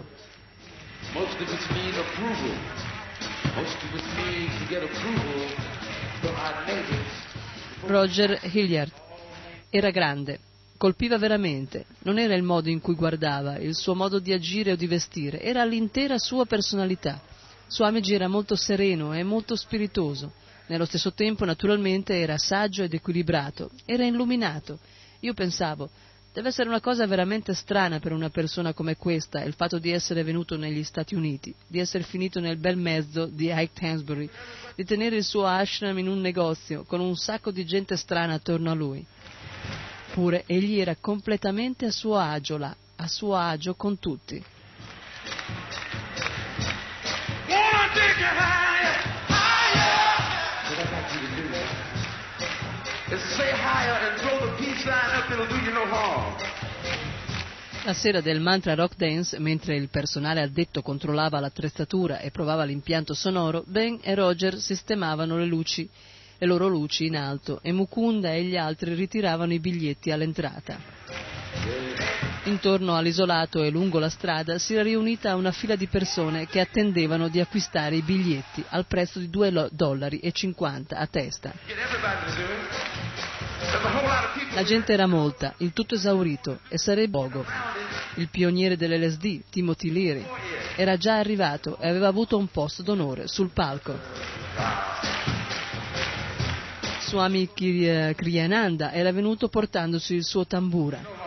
Roger Hilliard era grande, colpiva veramente, non era il modo in cui guardava, il suo modo di agire o di vestire, era l'intera sua personalità. Swamiji era molto sereno e molto spiritoso. Nello stesso tempo, naturalmente, era saggio ed equilibrato, era illuminato. Io pensavo, deve essere una cosa veramente strana per una persona come questa il fatto di essere venuto negli Stati Uniti, di essere finito nel bel mezzo di Ike Tansbury, di tenere il suo ashram in un negozio con un sacco di gente strana attorno a lui. Eppure egli era completamente a suo agio là, a suo agio con tutti. La sera del mantra rock dance, mentre il personale addetto controllava l'attrezzatura e provava l'impianto sonoro, Ben e Roger sistemavano le loro luci in alto e Mukunda e gli altri ritiravano i biglietti all'entrata. Intorno all'isolato e lungo la strada si era riunita una fila di persone che attendevano di acquistare i biglietti al prezzo di $2,50 a testa. La gente era molta, il tutto esaurito, e sarebbe Bogo. Il pioniere dell'LSD, Timothy Leary, era già arrivato e aveva avuto un posto d'onore sul palco. Swami Kriyananda era venuto portandosi il suo tambura.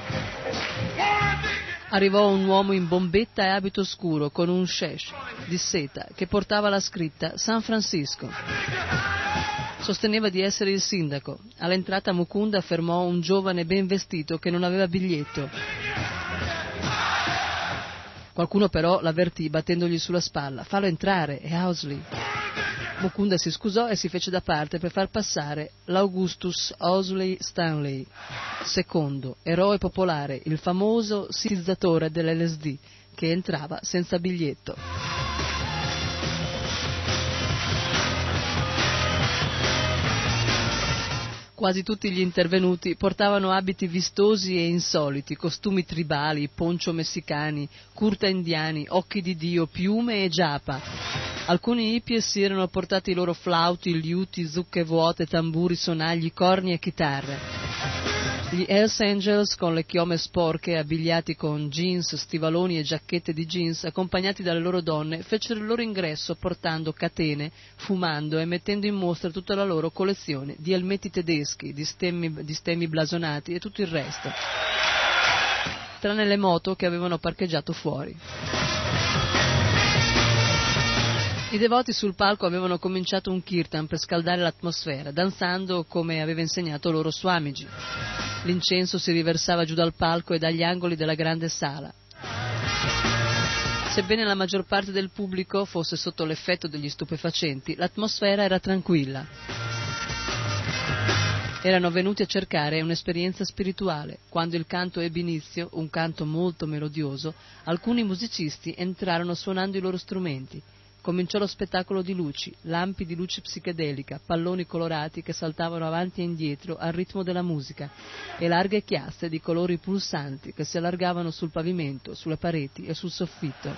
Arrivò un uomo in bombetta e abito scuro con un shesh di seta che portava la scritta San Francisco. Sosteneva di essere il sindaco. All'entrata Mukunda fermò un giovane ben vestito che non aveva biglietto. Qualcuno però l'avvertì battendogli sulla spalla: «Fallo entrare, è Owsley». Mukunda si scusò e si fece da parte per far passare l'Augustus Owsley Stanley, secondo, eroe popolare, il famoso sintetizzatore dell'LSD, che entrava senza biglietto. Quasi tutti gli intervenuti portavano abiti vistosi e insoliti, costumi tribali, poncio messicani, curta indiani, occhi di Dio, piume e giappa. Alcuni hippie si erano portati i loro flauti, liuti, zucche vuote, tamburi, sonagli, corni e chitarre. Gli Hells Angels, con le chiome sporche, abbigliati con jeans, stivaloni e giacchette di jeans, accompagnati dalle loro donne, fecero il loro ingresso portando catene, fumando e mettendo in mostra tutta la loro collezione di elmetti tedeschi, di stemmi blasonati e tutto il resto, tranne le moto che avevano parcheggiato fuori. I devoti sul palco avevano cominciato un kirtan per scaldare l'atmosfera, danzando come aveva insegnato loro Swamiji. L'incenso si riversava giù dal palco e dagli angoli della grande sala. Sebbene la maggior parte del pubblico fosse sotto l'effetto degli stupefacenti, l'atmosfera era tranquilla. Erano venuti a cercare un'esperienza spirituale. Quando il canto ebbe inizio, un canto molto melodioso, alcuni musicisti entrarono suonando i loro strumenti. Cominciò lo spettacolo di luci, lampi di luce psichedelica, palloni colorati che saltavano avanti e indietro al ritmo della musica e larghe chiasse di colori pulsanti che si allargavano sul pavimento, sulle pareti e sul soffitto.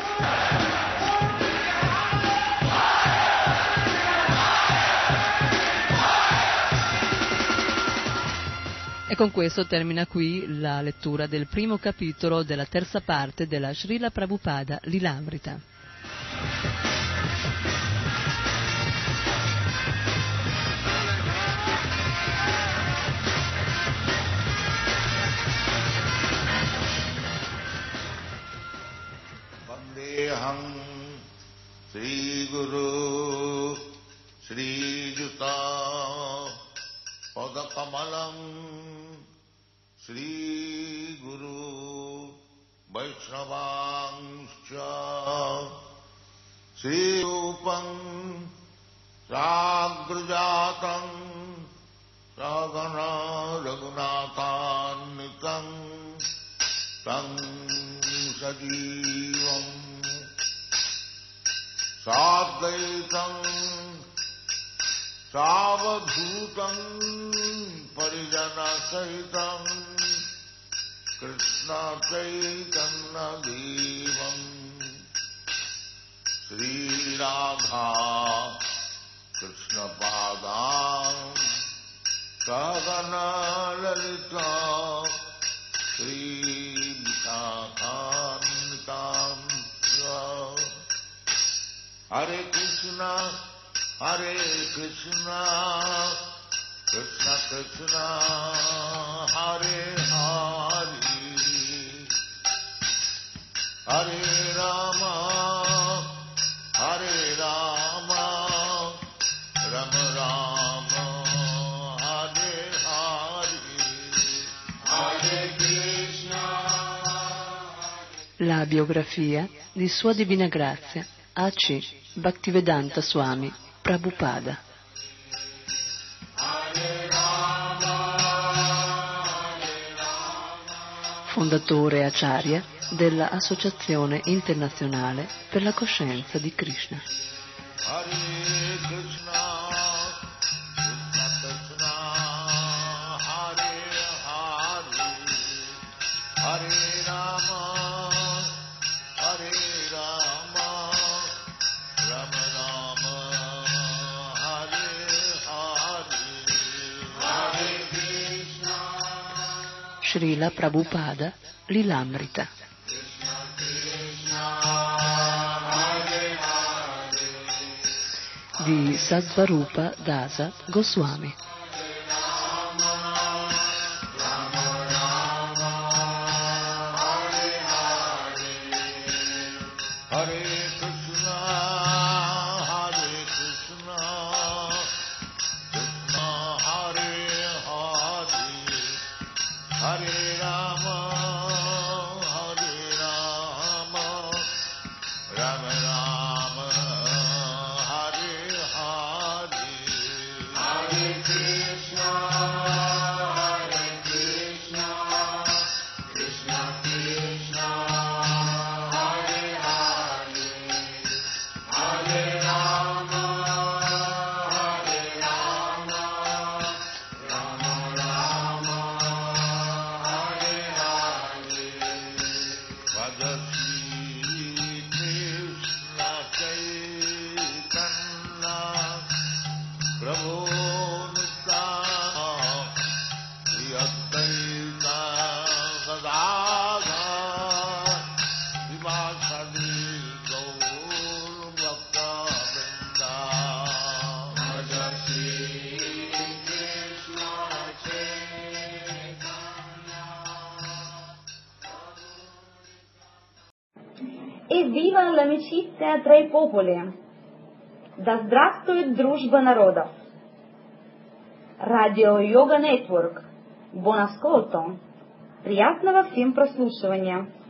E con questo termina qui la lettura del primo capitolo della terza parte della Srila Prabhupada Lilamrita. Vandeham Sri Guru Sri Juta Padakamalam Sri Guru Vaishnavangscha Sri Upam Sagrajatam Sagana Raghunatanitam Tam Sajivam Sadvaitam Savadhutam Parijana Sahitam Krishna Chaitanya Devam Sri Radha Krishna Padam Sagana Lalita Sri Vikakanitam Hare Krishna Krishna Krishna Hare Hare Hare Rama Hare Rama Rama Rama Hare Hare Hare Krishna. La biografia di Sua Divina Grazia A.C. Bhaktivedanta Swami Prabhupada. Fondatore Acharya della Associazione Internazionale per la Coscienza di Krishna. Srila Prabhupada Lilamrita. Di Sadvarupa Dasa Goswami. Hare Rama Viva l'amicizia tra i popoli! Да здравствует дружба народов! Радио Йога Нетворк. Buon ascolto! Приятного всем прослушивания!